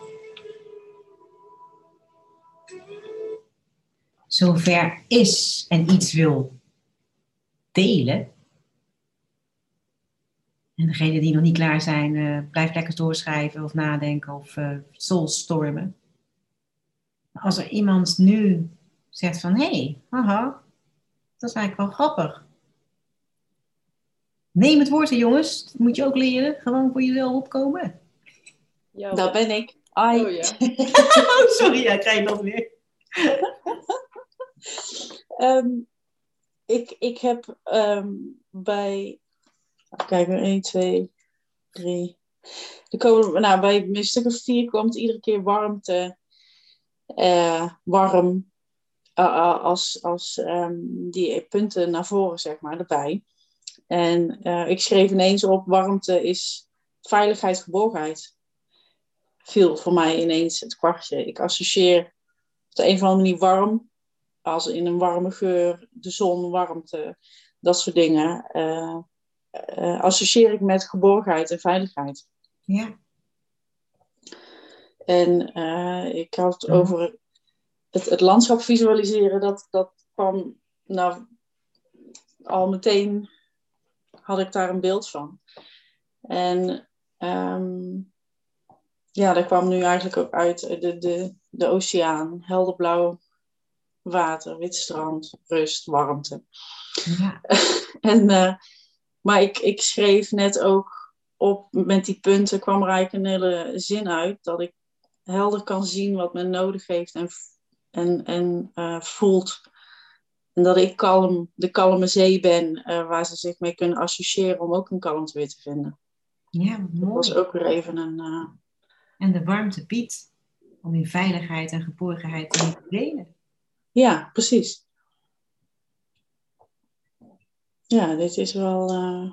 zover is en iets wil delen. En degenen die nog niet klaar zijn, uh, blijf lekker doorschrijven of nadenken of uh, soulstormen. Als er iemand nu zegt van, hé, hey, haha, dat is eigenlijk wel grappig. Neem het woord, hè, jongens. Dat moet je ook leren. Gewoon voor jezelf opkomen. Ja, dat ben ik. Ai. Oh ja. Oh, sorry, ja, krijg je dat weer. um, ik, ik heb um, bij... Kijk, één, twee, drie... Er komen, nou, bij een stuk of vier komt iedere keer warmte. Uh, warm. Uh, uh, als als um, die punten naar voren, zeg maar, erbij. En uh, ik schreef ineens op, warmte is veiligheid, geborgenheid. Viel voor mij ineens het kwartje. Ik associeer op de een of andere manier warm, als in een warme geur, de zon, warmte, dat soort dingen. Uh, uh, associeer ik met geborgenheid en veiligheid. Ja. En uh, ik had het over het, het landschap visualiseren. Dat, dat kwam nou, al meteen, had ik daar een beeld van. En um, ja, daar kwam nu eigenlijk ook uit de, de, de oceaan. Helderblauw water, wit strand, rust, warmte. Ja. en, uh, maar ik, ik schreef net ook op, met die punten kwam er eigenlijk een hele zin uit. Dat ik helder kan zien wat men nodig heeft en, en, en uh, voelt. En dat ik kalm, de kalme zee ben, uh, waar ze zich mee kunnen associëren om ook een kalmte weer te vinden. Ja, mooi. Dat was ook weer even een... Uh... En de warmte biedt om in veiligheid en geborgenheid te delen. Ja, precies. Ja, dit is wel... Uh...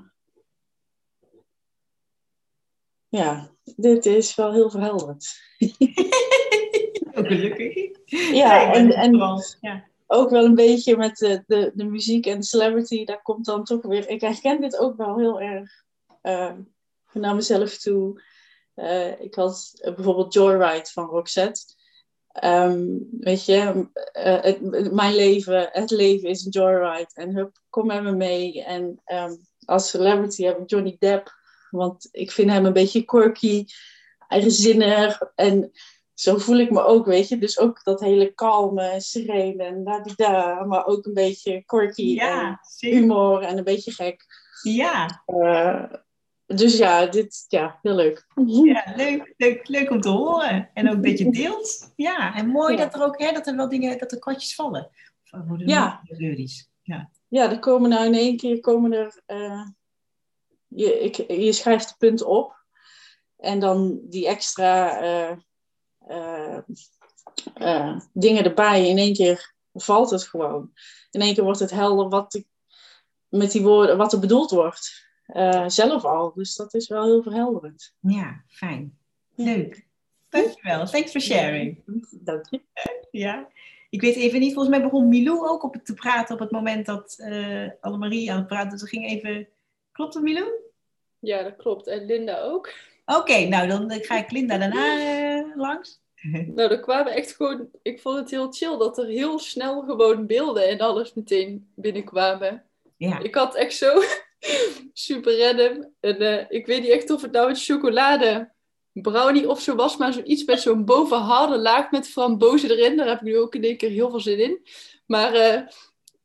Ja, dit is wel heel verhelderend. Ook gelukkig. Ja, nee, en, en ja. ook wel een beetje met de, de, de muziek en de celebrity, daar komt dan toch weer... Ik herken dit ook wel heel erg uh, naar mezelf toe. Uh, ik had uh, bijvoorbeeld Joyride van Roxette. Um, weet je, uh, het, mijn leven, het leven is een joyride. En hup, kom met me mee. En um, als celebrity heb ik Johnny Depp. Want ik vind hem een beetje quirky, eigenzinnig. En zo voel ik me ook, weet je. Dus ook dat hele kalme, serene en da-di-da. Maar ook een beetje quirky ja, en zeker. humor en een beetje gek. Ja. Uh, dus ja, dit, ja, heel leuk. Ja, leuk, leuk, leuk om te horen. En ook dat je deelt. Ja, en mooi Ja. dat er ook, hè, dat er wel dingen, dat er kwartjes vallen. Of worden Ja. Ja. Ja, er komen nou in één keer, komen er, uh, je, ik, je schrijft de punten op. En dan die extra uh, uh, uh, dingen erbij. In één keer valt het gewoon. In één keer wordt het helder wat ik, met die woorden, wat er bedoeld wordt. Uh, zelf al. Dus dat is wel heel verhelderend. Ja, fijn. Leuk. Dankjewel. Thanks for sharing. Dank je. Ja. Ik weet even niet, volgens mij begon Milou ook op het te praten op het moment dat uh, Annemarie aan het praten. Dus we gingen even... Klopt dat, Milou? Ja, dat klopt. En Linda ook. Oké, okay, nou dan ga ik Linda daarna uh, langs. Nou, er kwamen echt gewoon... Ik vond het heel chill dat er heel snel gewoon beelden en alles meteen binnenkwamen. Ja. Ik had echt zo super random. En uh, ik weet niet echt of het nou een chocolade brownie of zo was, maar zoiets met zo'n bovenharde laag met frambozen erin. Daar heb ik nu ook in één keer heel veel zin in. Maar uh,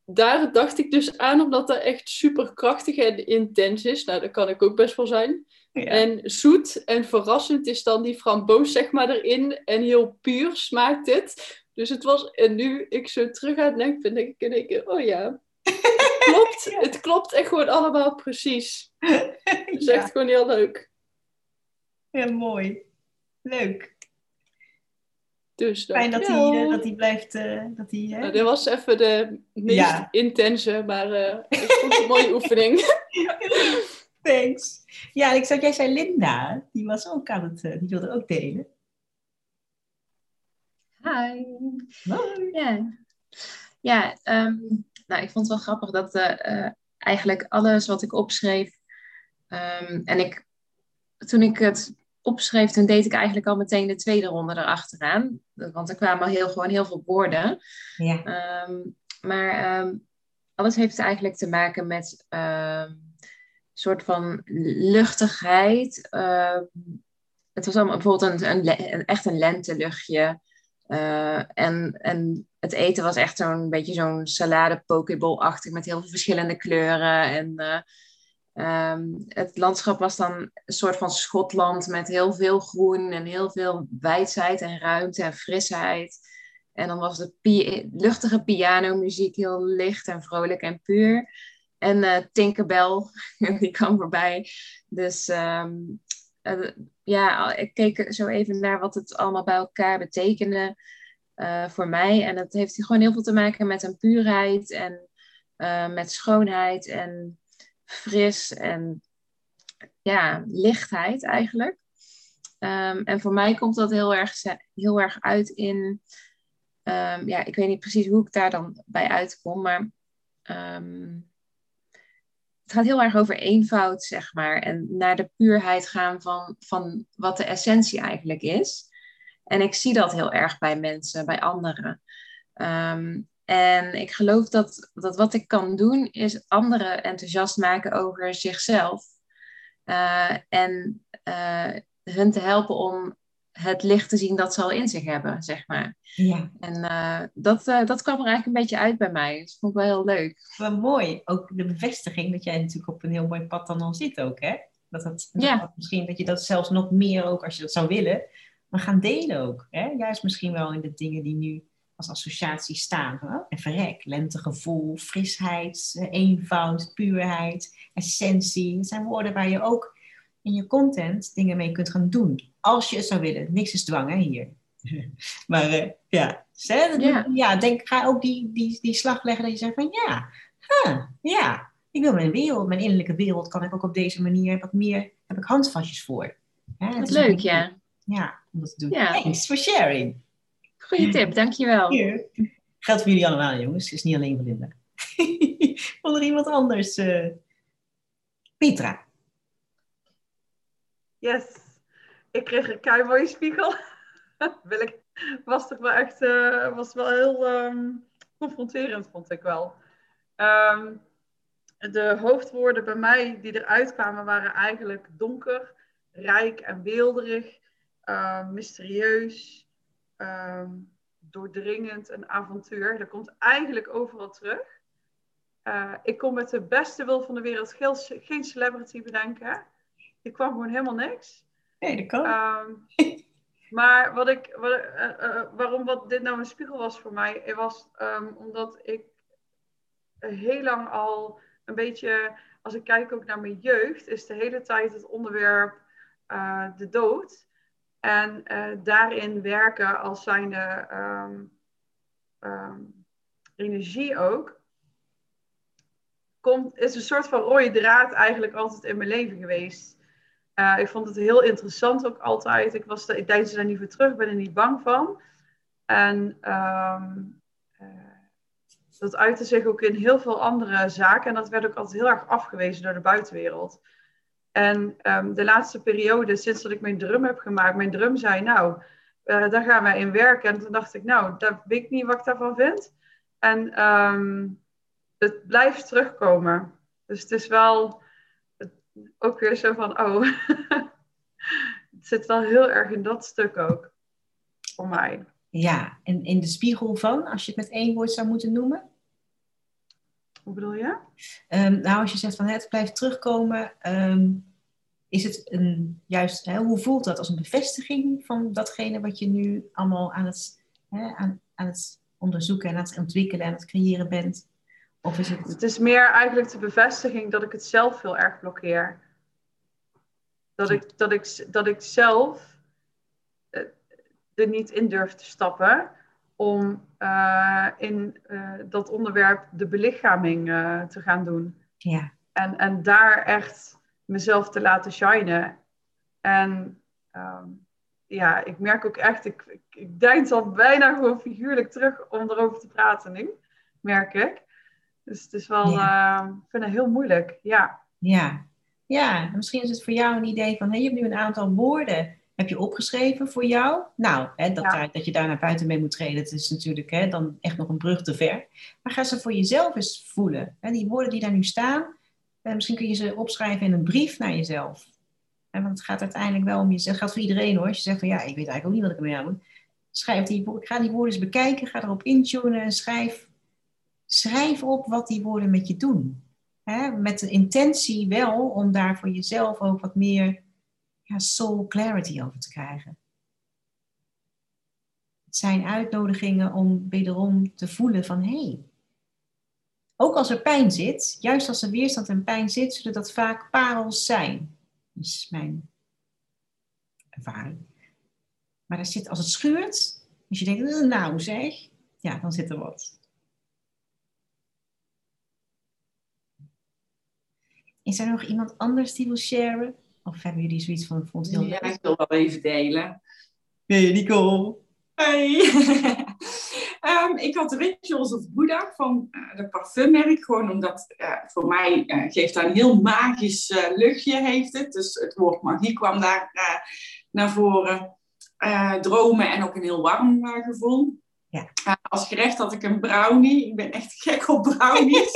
daar dacht ik dus aan, omdat dat echt super krachtig en intens is. Nou, dat kan ik ook best wel zijn. Ja. En zoet en verrassend is dan die framboos, zeg maar, erin. En heel puur smaakt het. Dus het was, en nu ik zo terug aan het denken ben, denk ik in één keer, oh ja, het klopt. Ja. Het klopt echt gewoon allemaal precies. Het is Ja. echt gewoon heel leuk. Ja, mooi. Leuk. Dus Fijn dat hij, dankjewel. eh, dat hij blijft... eh, dat hij, hè? Nou, dit was even de meest Ja. intense, maar eh ik vond het een mooie oefening. Thanks. Ja, ik zag, jij zei Linda. Die was ook aan het... eh, die wilde ook delen. Hi. Hoi. Ja, ja ehm, nou, ik vond het wel grappig dat eh, eh, eigenlijk alles wat ik opschreef... ehm, en ik, toen ik het opschreef, toen deed ik eigenlijk al meteen de tweede ronde erachteraan. Want er kwamen al heel, gewoon heel veel woorden. Ja. Ehm, maar ehm, alles heeft eigenlijk te maken met ehm, een soort van luchtigheid. Ehm, het was allemaal bijvoorbeeld een, een, le- een- echt een lenteluchtje. Uh, en, en het eten was echt zo'n beetje zo'n salade pokeball-achtig met heel veel verschillende kleuren. En uh, um, het landschap was dan een soort van Schotland met heel veel groen en heel veel wijdheid en ruimte en frisheid. En dan was de pi- luchtige pianomuziek heel licht en vrolijk en puur. En uh, Tinkerbell, die kwam voorbij. Dus um, uh, ja, ik keek zo even naar wat het allemaal bij elkaar betekende uh, voor mij. En dat heeft gewoon heel veel te maken met een puurheid en uh, met schoonheid en fris en ja, lichtheid eigenlijk. Um, en voor mij komt dat heel erg, heel erg uit in... Um, ja, ik weet niet precies hoe ik daar dan bij uitkom, maar... Um, het gaat heel erg over eenvoud, zeg maar. En naar de puurheid gaan van, van wat de essentie eigenlijk is. En ik zie dat heel erg bij mensen, bij anderen. Um, en ik geloof dat, dat wat ik kan doen, is anderen enthousiast maken over zichzelf. Uh, en uh, hun te helpen om het licht te zien dat ze al in zich hebben, zeg maar. Ja. En uh, dat, uh, dat kwam er eigenlijk een beetje uit bij mij. Dat vond ik wel heel leuk. Wat mooi. Ook de bevestiging dat jij natuurlijk op een heel mooi pad dan al zit ook, hè? Dat, dat, dat, ja. dat misschien dat je dat zelfs nog meer ook, als je dat zou willen, maar gaan delen ook. Hè? Juist misschien wel in de dingen die nu als associatie staan. Hè? En verrek, lentegevoel, frisheid, eenvoud, puurheid, essentie. Dat zijn woorden waar je ook in je content dingen mee kunt gaan doen. Als je het zou willen. Niks is dwang, hè, hier. Maar uh, ja, ja. ja, denk, ga ook die, die, die slag leggen dat je zegt van ja, huh, ja, ik wil mijn wereld, mijn innerlijke wereld, kan ik ook op deze manier wat meer, heb ik handvatjes voor. Hè, Wat leuk, niet, ja. Ja, om dat te doen. Ja. Thanks for sharing. Goeie tip, dankjewel. Hier. Geldt voor jullie allemaal, jongens. Het is niet alleen voor Linda. Of er iemand anders? Uh... Petra. Yes. Ik kreeg een kei mooie spiegel. Wil ik, was toch wel echt uh, was wel heel um, confronterend, vond ik wel. Um, de hoofdwoorden bij mij die eruit kwamen waren eigenlijk donker, rijk en weelderig, uh, mysterieus, um, doordringend en avontuur. Dat komt eigenlijk overal terug. Uh, ik kon met de beste wil van de wereld geen, geen celebrity bedenken. Ik kwam gewoon helemaal niks. Nee, dat kan. Um, Maar wat ik, wat, uh, uh, waarom wat dit nou een spiegel was voor mij, was um, omdat ik heel lang al een beetje, als ik kijk ook naar mijn jeugd, is de hele tijd het onderwerp uh, de dood. En uh, daarin werken als zijnde um, um, energie ook, komt, is een soort van rode draad eigenlijk altijd in mijn leven geweest. Uh, ik vond het heel interessant ook altijd. Ik, was de, ik deed ze daar niet voor terug, ben er niet bang van. En um, uh, dat uitte zich ook in heel veel andere zaken. En dat werd ook altijd heel erg afgewezen door de buitenwereld. En um, de laatste periode, sinds dat ik mijn drum heb gemaakt, mijn drum zei, nou, uh, daar gaan wij in werken. En toen dacht ik, nou, dat weet ik niet wat ik daarvan vind. En um, het blijft terugkomen. Dus het is wel... ook weer zo van, oh, het zit wel heel erg in dat stuk ook, voor mij. Ja, en in de spiegel van, als je het met één woord zou moeten noemen? Hoe bedoel je? Um, nou, als je zegt van het blijft terugkomen, um, is het een, juist, hè, hoe voelt dat als een bevestiging van datgene wat je nu allemaal aan het, hè, aan, aan het onderzoeken en aan het ontwikkelen en aan het creëren bent? Of is het... Het is meer eigenlijk de bevestiging dat ik het zelf heel erg blokkeer. Dat ik, dat ik, dat ik zelf uh, er niet in durf te stappen om uh, in uh, dat onderwerp de belichaming uh, te gaan doen. Ja. En, en daar echt mezelf te laten shinen. En um, ja, ik merk ook echt, ik, ik, ik denk al bijna gewoon figuurlijk terug om erover te praten nu, merk ik. Dus het is wel, ja. uh, ik vind het heel moeilijk, ja. Ja, ja. Misschien is het voor jou een idee van, hey, je hebt nu een aantal woorden, heb je opgeschreven voor jou? Nou, hè, dat, ja. dat je daar naar buiten mee moet treden, dat is natuurlijk hè, dan echt nog een brug te ver. Maar ga ze voor jezelf eens voelen. Hè, die woorden die daar nu staan, eh, misschien kun je ze opschrijven in een brief naar jezelf. En want het gaat uiteindelijk wel om jezelf. Het gaat voor iedereen hoor. Als je zegt van, ja, ik weet eigenlijk ook niet wat ik ermee aan moet. Schrijf die, ga die woorden eens bekijken, ga erop intunen en schrijf, schrijf op wat die woorden met je doen. Hè, met de intentie wel om daar voor jezelf ook wat meer ja, soul clarity over te krijgen. Het zijn uitnodigingen om wederom te voelen van hé, hey, ook als er pijn zit, juist als er weerstand en pijn zit, zullen dat vaak parels zijn. Dat is mijn ervaring. Maar er zit, als het schuurt, als je denkt, nou zeg, ja, dan zit er wat. Is er nog iemand anders die wil sharen? Of hebben jullie zoiets van, vond het heel leuk? Ja, ik wil wel even delen. Hey Nicole. Hey. um, ik had de Rituals of Buddha van uh, de parfummerk. Gewoon omdat uh, voor mij uh, geeft dat een heel magisch uh, luchtje heeft het. Dus het woord magie kwam daar uh, naar voren. Uh, dromen en ook een heel warm uh, gevoel. Ja. Uh, als gerecht had ik een brownie. Ik ben echt gek op brownies.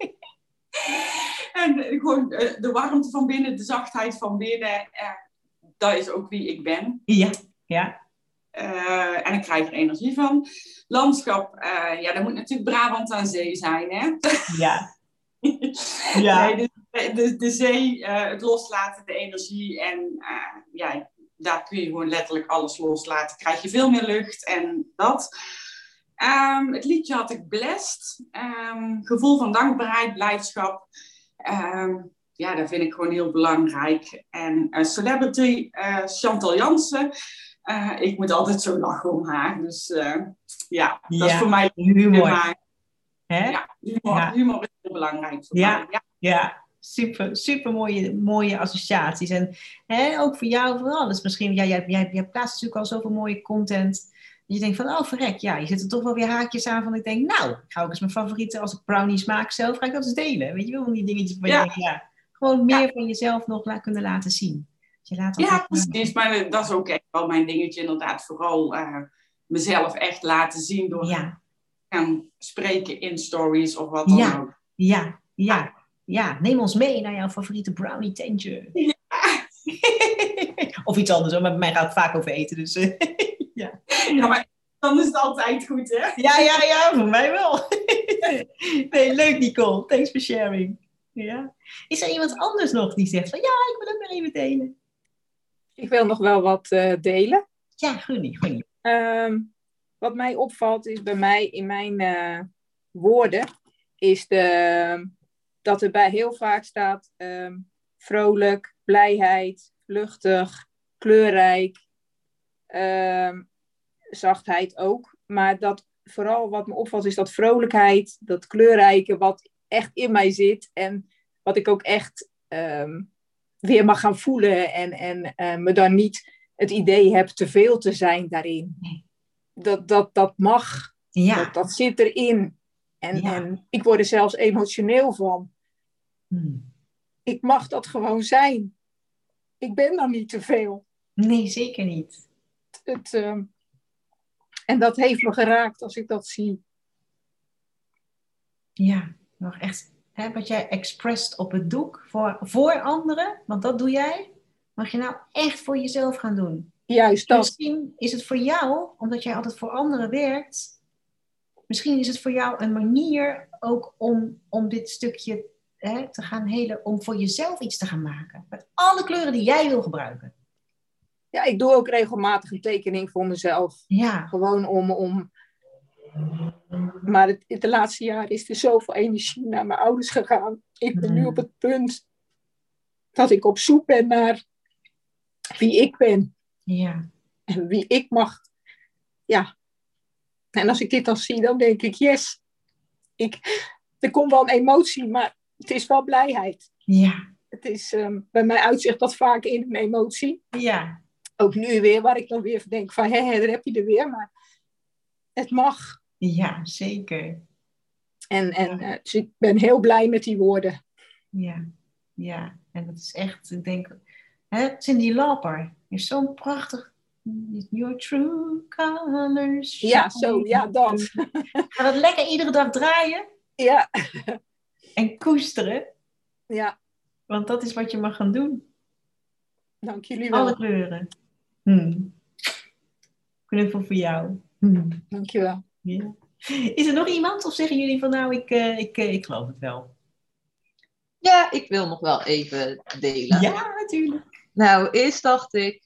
En uh, gewoon uh, de warmte van binnen, de zachtheid van binnen. Uh, dat is ook wie ik ben. Ja, ja. Uh, en ik krijg er energie van. Landschap, uh, ja, dat moet natuurlijk Brabant aan zee zijn, hè? Ja. Ja. Nee, de, de, de zee, uh, het loslaten, de energie. En uh, ja, daar kun je gewoon letterlijk alles loslaten. Krijg je veel meer lucht en dat. Um, het liedje had ik Blessed. Um, gevoel van dankbaarheid, blijdschap. Um, ja, dat vind ik gewoon heel belangrijk. En uh, Celebrity, uh, Chantal Jansen. Uh, ik moet altijd zo lachen om haar. Dus uh, ja, dat ja, is voor mij humor. Maar, Hè? Ja, humor, ja. humor is heel belangrijk voor ja. mij. Ja, ja. Super, super mooie, mooie associaties. En hè, ook voor jou vooral. Dus misschien, ja, jij, jij, jij plaatst natuurlijk al zoveel mooie content. Dat je denkt van, oh verrek, ja, je zit er toch wel weer haakjes aan van. Ik denk, nou, ik ga ook eens mijn favorieten, als ik brownies maak zelf, ga ik dat eens delen. Weet je wel, die dingetjes van ja. je, ja, gewoon meer ja. van jezelf nog la- kunnen laten zien. Je laat dat ja precies. Maar dat is ook echt wel mijn dingetje, inderdaad. Vooral uh, mezelf echt laten zien door ja. gaan spreken in stories of wat dan ja. ook. Ja, ja, ja. Neem ons mee naar jouw favoriete brownie tentje. Ja. Of iets anders, hoor. Maar bij mij gaat het vaak over eten. Dus, uh, ja. ja, maar dan is het altijd goed, hè? Ja, ja, ja, voor mij wel. Nee, leuk Nicole. Thanks for sharing. Ja. Is er iemand anders nog die zegt van ja, ik wil ook nog even delen? Ik wil nog wel wat uh, delen. Ja, gunnie, gunnie. Um, wat mij opvalt is bij mij in mijn uh, woorden is de, dat er bij heel vaak staat um, vrolijk, blijheid, luchtig, kleurrijk, um, zachtheid ook. Maar dat vooral wat me opvalt is dat vrolijkheid, dat kleurrijke wat echt in mij zit en wat ik ook echt um, weer mag gaan voelen en, en uh, me dan niet het idee heb te veel te zijn daarin. Nee. Dat, dat, dat mag. Ja. Dat, dat zit erin. En, ja. en ik word er zelfs emotioneel van. Hmm. Ik mag dat gewoon zijn. Ik ben dan niet te veel. Nee, zeker niet. Het, uh, en dat heeft me geraakt als ik dat zie. Ja, nog echt. Hè, wat jij expressed op het doek voor, voor anderen, want dat doe jij, mag je nou echt voor jezelf gaan doen. Juist dat. Misschien is het voor jou, omdat jij altijd voor anderen werkt, misschien is het voor jou een manier ook om, om dit stukje hè, te gaan helen, om voor jezelf iets te gaan maken. Met alle kleuren die jij wil gebruiken. Ja, ik doe ook regelmatig een tekening voor mezelf. Ja. Gewoon om... om... Maar het, het de laatste jaren is er zoveel energie naar mijn ouders gegaan. Ik ben nu op het punt dat ik op zoek ben naar wie ik ben. Ja. En wie ik mag. Ja. En als ik dit dan zie, dan denk ik, yes. Ik, er komt wel een emotie, maar het is wel blijheid. Ja. Het is, um, bij mij uitzicht dat vaak in een emotie. Ja. Ook nu weer, waar ik dan weer denk van, hé, hé, daar heb je er weer. Maar het mag. Ja, zeker. En, en uh, dus ik ben heel blij met die woorden. Ja, ja. En dat is echt, ik denk, hè, Cyndi Lauper is zo'n prachtig, your true colors. Ja, zo, ja, dat. Ga dat lekker iedere dag draaien. Ja. En koesteren. Ja. Want dat is wat je mag gaan doen. Dank jullie wel. Alle kleuren. Hmm. Knuffel voor jou. Hmm. Dank je wel. Ja. Is er nog iemand? Of zeggen jullie van nou, ik, uh, ik, uh, ik geloof het wel? Ja, ik wil nog wel even delen. Ja, natuurlijk. Nou, eerst dacht ik,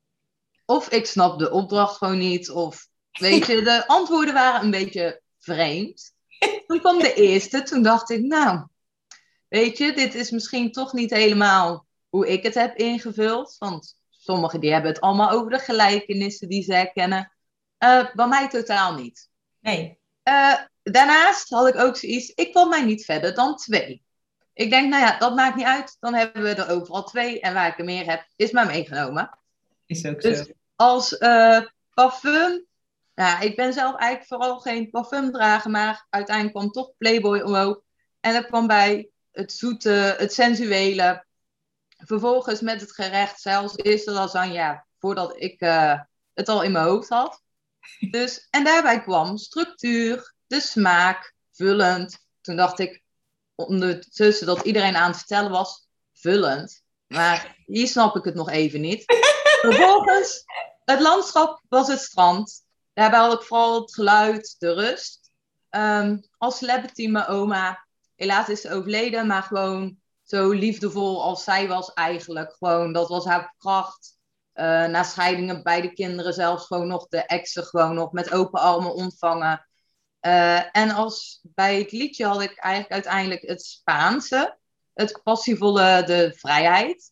of ik snap de opdracht gewoon niet, of weet je, de antwoorden waren een beetje vreemd. Toen kwam de eerste, toen dacht ik, nou, weet je, dit is misschien toch niet helemaal hoe ik het heb ingevuld. Want sommigen die hebben het allemaal over de gelijkenissen die ze herkennen. Uh, bij mij totaal niet. Nee. Uh, daarnaast had ik ook zoiets, ik kwam mij niet verder dan twee. Ik denk, nou ja, dat maakt niet uit. Dan hebben we er overal twee. En waar ik er meer heb, is maar meegenomen. Is ook dus zo. Als uh, parfum. Nou, ik ben zelf eigenlijk vooral geen parfumdrager. Maar uiteindelijk kwam toch Playboy omhoog. En er kwam bij het zoete, het sensuele. Vervolgens met het gerecht zelfs eerst de lasagne. Voordat ik uh, het al in mijn hoofd had. Dus, en daarbij kwam structuur, de smaak, vullend. Toen dacht ik, ondertussen dat iedereen aan het vertellen was, vullend. Maar hier snap ik het nog even niet. Vervolgens, het landschap was het strand. Daarbij had ik vooral het geluid, de rust. Um, als celebrity mijn oma, helaas is ze overleden, maar gewoon zo liefdevol als zij was eigenlijk. Gewoon, dat was haar kracht. Uh, na scheidingen beide kinderen zelfs gewoon nog de exen gewoon nog met open armen ontvangen. Uh, en als bij het liedje had ik eigenlijk uiteindelijk het Spaanse, het passievolle, de vrijheid.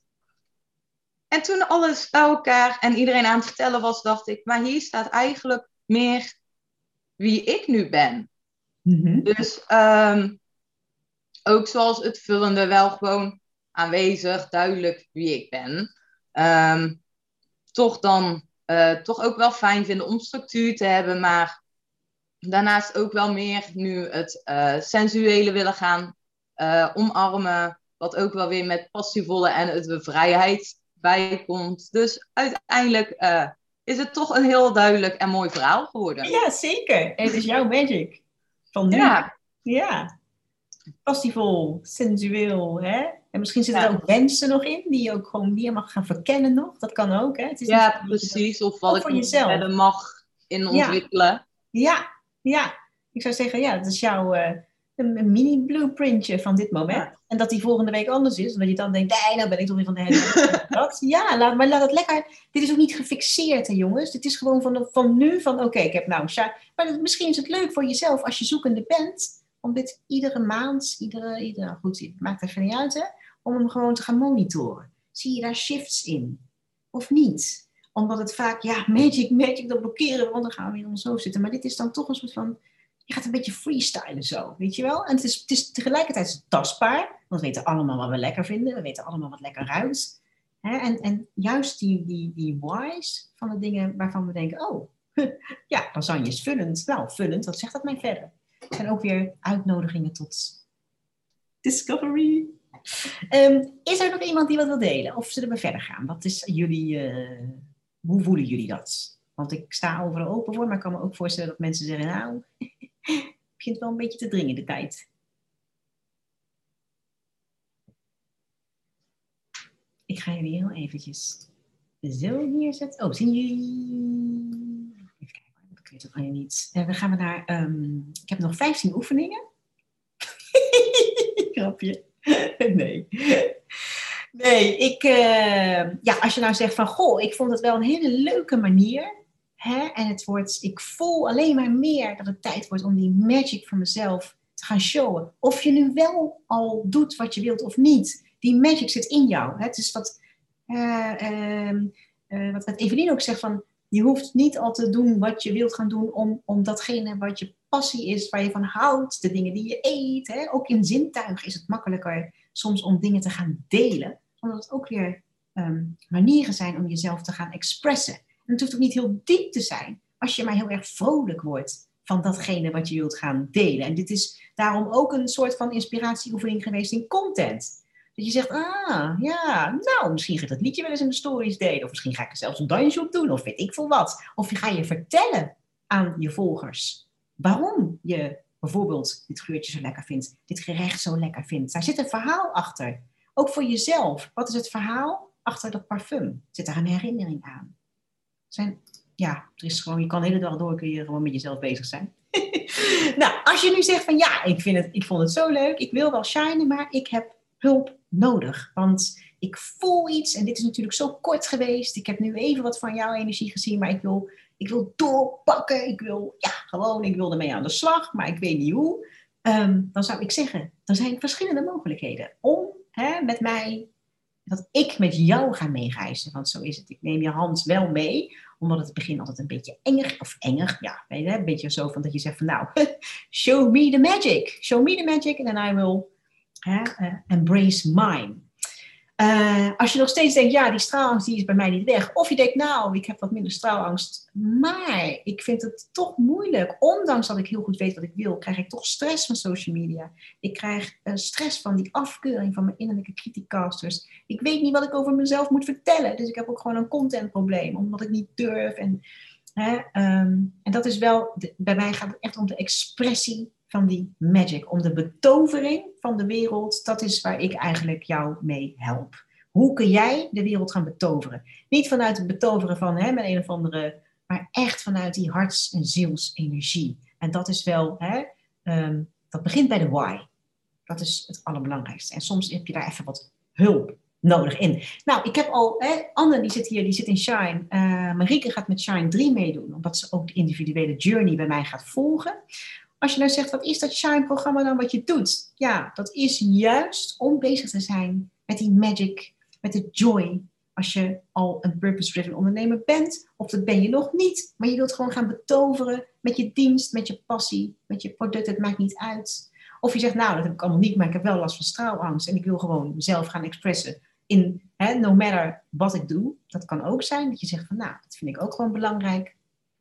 En toen alles bij elkaar en iedereen aan het vertellen was, dacht ik, maar hier staat eigenlijk meer wie ik nu ben. Mm-hmm. Dus um, ook zoals het vullende wel gewoon aanwezig, duidelijk wie ik ben. Um, toch dan uh, toch ook wel fijn vinden om structuur te hebben, maar daarnaast ook wel meer nu het uh, sensuele willen gaan uh, omarmen, wat ook wel weer met passievolle en het de vrijheid bijkomt. Dus uiteindelijk uh, is het toch een heel duidelijk en mooi verhaal geworden. Ja, zeker. Het is jouw magic. Van nu. Ja. Ja. Passievol, sensueel, hè? En misschien zitten ja. er ook wensen nog in, die je ook gewoon meer mag gaan verkennen nog. Dat kan ook, hè? Het is ja, niet precies. Of wat ik voor jezelf verder mag in ontwikkelen. Ja. ja, ja. Ik zou zeggen, ja, dat is jouw uh, een, een mini blueprintje van dit moment. Ja. En dat die volgende week anders is. Omdat je dan denkt, nee, nou ben ik toch weer van de hele dat. Ja, laat, maar laat het lekker. Dit is ook niet gefixeerd, hè, jongens. Dit is gewoon van, van nu, van oké, okay, ik heb nou... Maar misschien is het leuk voor jezelf als je zoekende bent, om dit iedere maand, iedere, iedere goed, het maakt even niet uit, hè, om hem gewoon te gaan monitoren. Zie je daar shifts in? Of niet? Omdat het vaak, ja, magic, magic, dat blokkeren, want dan gaan we weer in ons hoofd zitten. Maar dit is dan toch een soort van, je gaat een beetje freestylen zo, weet je wel? En het is, het is tegelijkertijd tastbaar, want we weten allemaal wat we lekker vinden, we weten allemaal wat lekker ruikt. Hè? En, en juist die, die, die whys van de dingen waarvan we denken, oh, ja, lasagne is vullend. Nou, vullend, wat zegt dat mij verder? Het zijn ook weer uitnodigingen tot discovery. Um, is er nog iemand die wat wil delen? Of zullen we verder gaan? Wat is jullie, uh, hoe voelen jullie dat? Want ik sta overal open voor, maar ik kan me ook voorstellen dat mensen zeggen, nou, het begint wel een beetje te dringen de tijd. Ik ga jullie heel eventjes zo neerzetten. Oh, zien jullie... Even kijken, moet ik weet het alleen niet. En dan gaan we naar... Um, ik heb nog vijftien oefeningen. Grapje. Nee. Nee, ik... Uh, ja, als je nou zegt van... Goh, ik vond het wel een hele leuke manier. Hè? En het wordt... Ik voel alleen maar meer dat het tijd wordt om die magic van mezelf te gaan showen. Of je nu wel al doet wat je wilt of niet. Die magic zit in jou. Hè? Het is wat... Uh, uh, uh, wat, wat Evelien ook zegt van... Je hoeft niet al te doen wat je wilt gaan doen om, om datgene wat je passie is, waar je van houdt, de dingen die je eet. Hè? Ook in zintuigen is het makkelijker soms om dingen te gaan delen. Omdat het ook weer um, manieren zijn om jezelf te gaan expressen. En het hoeft ook niet heel diep te zijn, als je maar heel erg vrolijk wordt van datgene wat je wilt gaan delen. En dit is daarom ook een soort van inspiratieoefening geweest in content. Dat je zegt, ah, ja, nou, misschien ga ik dat liedje wel eens in de stories delen. Of misschien ga ik er zelfs een dansje op doen, of weet ik veel wat. Of je ga je vertellen aan je volgers waarom je bijvoorbeeld dit geurtje zo lekker vindt, dit gerecht zo lekker vindt. Daar zit een verhaal achter. Ook voor jezelf. Wat is het verhaal achter dat parfum? Zit daar een herinnering aan? Zijn, ja, er is gewoon, je kan de hele dag door kun je gewoon met jezelf bezig zijn. Nou, als je nu zegt van ja, ik, vind het, ik vond het zo leuk, ik wil wel shinen, maar ik heb hulp nodig. Want ik voel iets en dit is natuurlijk zo kort geweest. Ik heb nu even wat van jouw energie gezien, maar ik wil, ik wil doorpakken. Ik wil, ja, gewoon, ik wil ermee aan de slag, maar ik weet niet hoe. Um, dan zou ik zeggen, er zijn verschillende mogelijkheden om hè, met mij, dat ik met jou ga meereizen. Want zo is het. Ik neem je hand wel mee, omdat het begin altijd een beetje enger, of enger, ja, weet je, een beetje zo van dat je zegt van nou, show me the magic. Show me the magic and then I will uh, uh, embrace mine. Uh, als je nog steeds denkt, ja, die straalangst die is bij mij niet weg. Of je denkt, nou, ik heb wat minder straalangst. Maar ik vind het toch moeilijk. Ondanks dat ik heel goed weet wat ik wil, krijg ik toch stress van social media. Ik krijg uh, stress van die afkeuring van mijn innerlijke criticasters. Ik weet niet wat ik over mezelf moet vertellen. Dus ik heb ook gewoon een contentprobleem. Omdat ik niet durf. En, hè, um, en dat is wel, de, bij mij gaat het echt om de expressie van die magic, om de betovering van de wereld. Dat is waar ik eigenlijk jou mee help. Hoe kun jij de wereld gaan betoveren? Niet vanuit het betoveren van hè, met een of andere, maar echt vanuit die harts- en zielsenergie. En dat is wel, hè, um, dat begint bij de why. Dat is het allerbelangrijkste. En soms heb je daar even wat hulp nodig in. Nou, ik heb al, hè, Anne die zit hier, die zit in Shine. Uh, Marieke gaat met Shine drie meedoen, omdat ze ook de individuele journey bij mij gaat volgen. Als je nou zegt, wat is dat Shine-programma dan wat je doet? Ja, dat is juist om bezig te zijn met die magic, met de joy. Als je al een purpose-driven ondernemer bent, of dat ben je nog niet. Maar je wilt gewoon gaan betoveren met je dienst, met je passie, met je product. Het maakt niet uit. Of je zegt, nou, dat heb ik allemaal niet, maar ik heb wel last van straalangst. En ik wil gewoon mezelf gaan expressen in, hè, no matter wat ik doe. Dat kan ook zijn dat je zegt van, nou, dat vind ik ook gewoon belangrijk.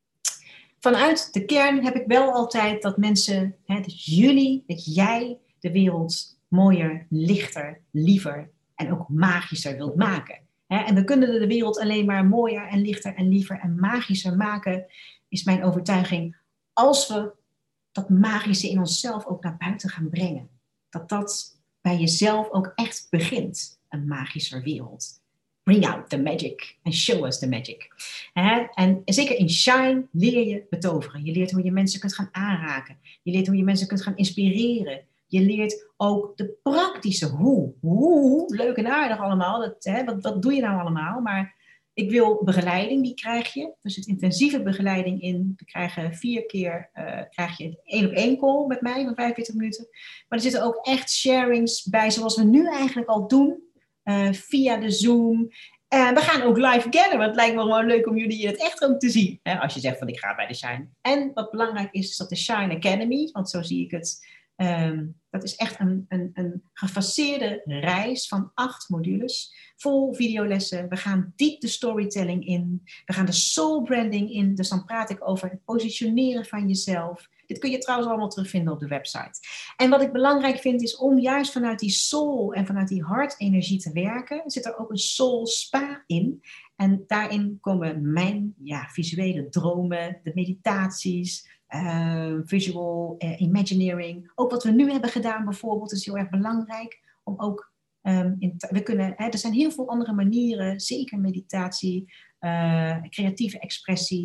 Vanuit de kern heb ik wel altijd dat mensen, hè, dat jullie, dat jij de wereld mooier, lichter, liever en ook magischer wilt maken. Hè? En we kunnen de wereld alleen maar mooier en lichter en liever en magischer maken, is mijn overtuiging, als we dat magische in onszelf ook naar buiten gaan brengen. Dat dat bij jezelf ook echt begint, een magischer wereld. Bring out the magic and show us the magic. He? En zeker in Shine leer je betoveren. Je leert hoe je mensen kunt gaan aanraken. Je leert hoe je mensen kunt gaan inspireren. Je leert ook de praktische hoe. Hoe, leuk en aardig allemaal. Dat, hè, wat, wat doe je nou allemaal? Maar ik wil begeleiding, die krijg je. Er zit intensieve begeleiding in. We krijgen vier keer uh, krijg je één op één call met mij van vijfenveertig minuten. Maar er zitten ook echt sharings bij, zoals we nu eigenlijk al doen. Uh, via de Zoom. En we gaan ook live gather, want het lijkt me gewoon leuk om jullie in het echt ook te zien. Hè? Als je zegt van ik ga bij de Shine. En wat belangrijk is, is dat de Shine Academy, want zo zie ik het, um, dat is echt een, een, een gefaseerde reis van acht modules. Vol videolessen. We gaan diep de storytelling in. We gaan de soul branding in. Dus dan praat ik over het positioneren van jezelf. Dit kun je trouwens allemaal terugvinden op de website. En wat ik belangrijk vind is om juist vanuit die soul en vanuit die hartenergie te werken. Er zit er ook een soul spa in. En daarin komen mijn ja, visuele dromen, de meditaties, uh, visual uh, imagineering. Ook wat we nu hebben gedaan bijvoorbeeld is heel erg belangrijk. Om ook, um, in we kunnen, hè, er zijn heel veel andere manieren, zeker meditatie, uh, creatieve expressie.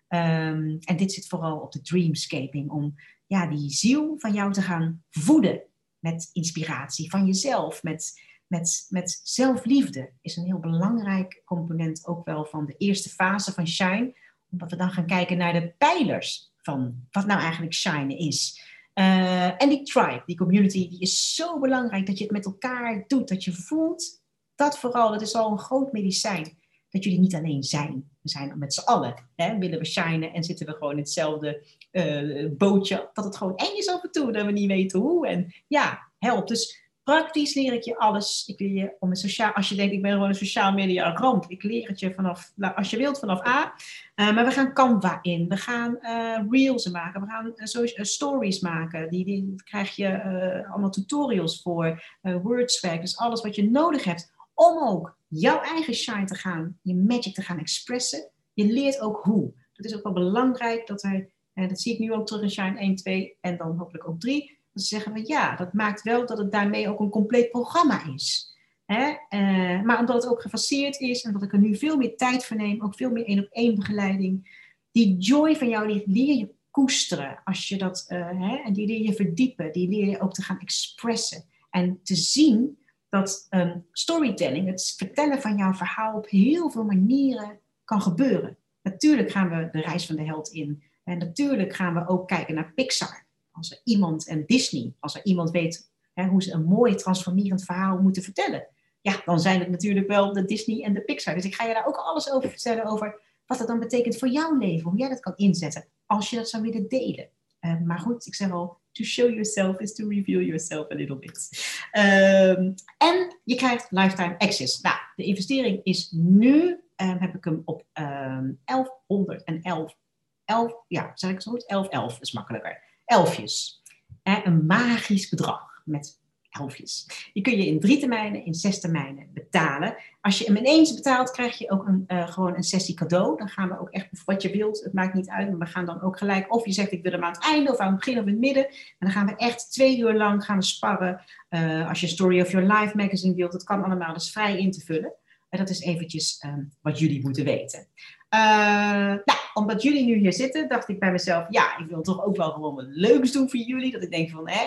Um, en dit zit vooral op de dreamscaping. Om ja, die ziel van jou te gaan voeden. Met inspiratie van jezelf. Met, met, met zelfliefde. Is een heel belangrijk component ook wel van de eerste fase van Shine. Omdat we dan gaan kijken naar de pijlers van wat nou eigenlijk Shine is. Uh, en die tribe, die community, die is zo belangrijk dat je het met elkaar doet. Dat je voelt, dat vooral, dat is al een groot medicijn. Dat jullie niet alleen zijn. We zijn met z'n allen. Hè? Willen we shinen en zitten we gewoon in hetzelfde uh, bootje. Dat het gewoon eng is af en toe, dat we niet weten hoe. En ja, help. Dus praktisch leer ik je alles. Ik leer je om een sociaal, als je denkt, ik ben gewoon een sociaal media ramp. Ik leer het je vanaf, nou, als je wilt, vanaf A. Uh, maar we gaan Canva in. We gaan uh, reels maken. We gaan uh, so, uh, stories maken. Die, die krijg je uh, allemaal tutorials voor. Uh, Wordswag. Dus alles wat je nodig hebt om ook jouw eigen shine te gaan, je magic te gaan expressen. Je leert ook hoe. Dat is ook wel belangrijk, dat er, en dat zie ik nu ook terug in Shine één, twee en dan hopelijk ook drie. Dat ze zeggen van ja, dat maakt wel dat het daarmee ook een compleet programma is. Hè? Uh, maar omdat het ook gefaseerd is en dat ik er nu veel meer tijd voor neem, ook veel meer één op één begeleiding. Die joy van jou, die leer je koesteren. Als je dat, uh, hè? En die leer je verdiepen, die leer je ook te gaan expressen. En te zien dat um, storytelling, het vertellen van jouw verhaal op heel veel manieren kan gebeuren. Natuurlijk gaan we de reis van de held in. En natuurlijk gaan we ook kijken naar Pixar. Als er iemand, en Disney, als er iemand weet hè, hoe ze een mooi transformerend verhaal moeten vertellen. Ja, dan zijn het natuurlijk wel de Disney en de Pixar. Dus ik ga je daar ook alles over vertellen over wat dat dan betekent voor jouw leven. Hoe jij dat kan inzetten, als je dat zou willen delen. Uh, maar goed, ik zeg al, to show yourself is to reveal yourself a little bit. Um, en je krijgt lifetime access. Nou, de investering is nu, um, heb ik hem op um, elfhonderdelf. elf, ja, zeg ik het zo goed? elf elf is makkelijker. Elfjes. Uh, een magisch bedrag met elfjes. Die kun je in drie termijnen, in zes termijnen betalen. Als je hem ineens betaalt, krijg je ook een, uh, gewoon een sessie cadeau. Dan gaan we ook echt wat je wilt. Het maakt niet uit, maar we gaan dan ook gelijk. Of je zegt, ik wil hem aan het einde of aan het begin of in het midden. En dan gaan we echt twee uur lang gaan we sparren. Uh, als je Story of Your Life magazine wilt, dat kan allemaal. Dat is vrij in te vullen. En dat is eventjes um, wat jullie moeten weten. Uh, nou, omdat jullie nu hier zitten, dacht ik bij mezelf, ja, ik wil toch ook wel gewoon wat leuks doen voor jullie. Dat ik denk van, hè,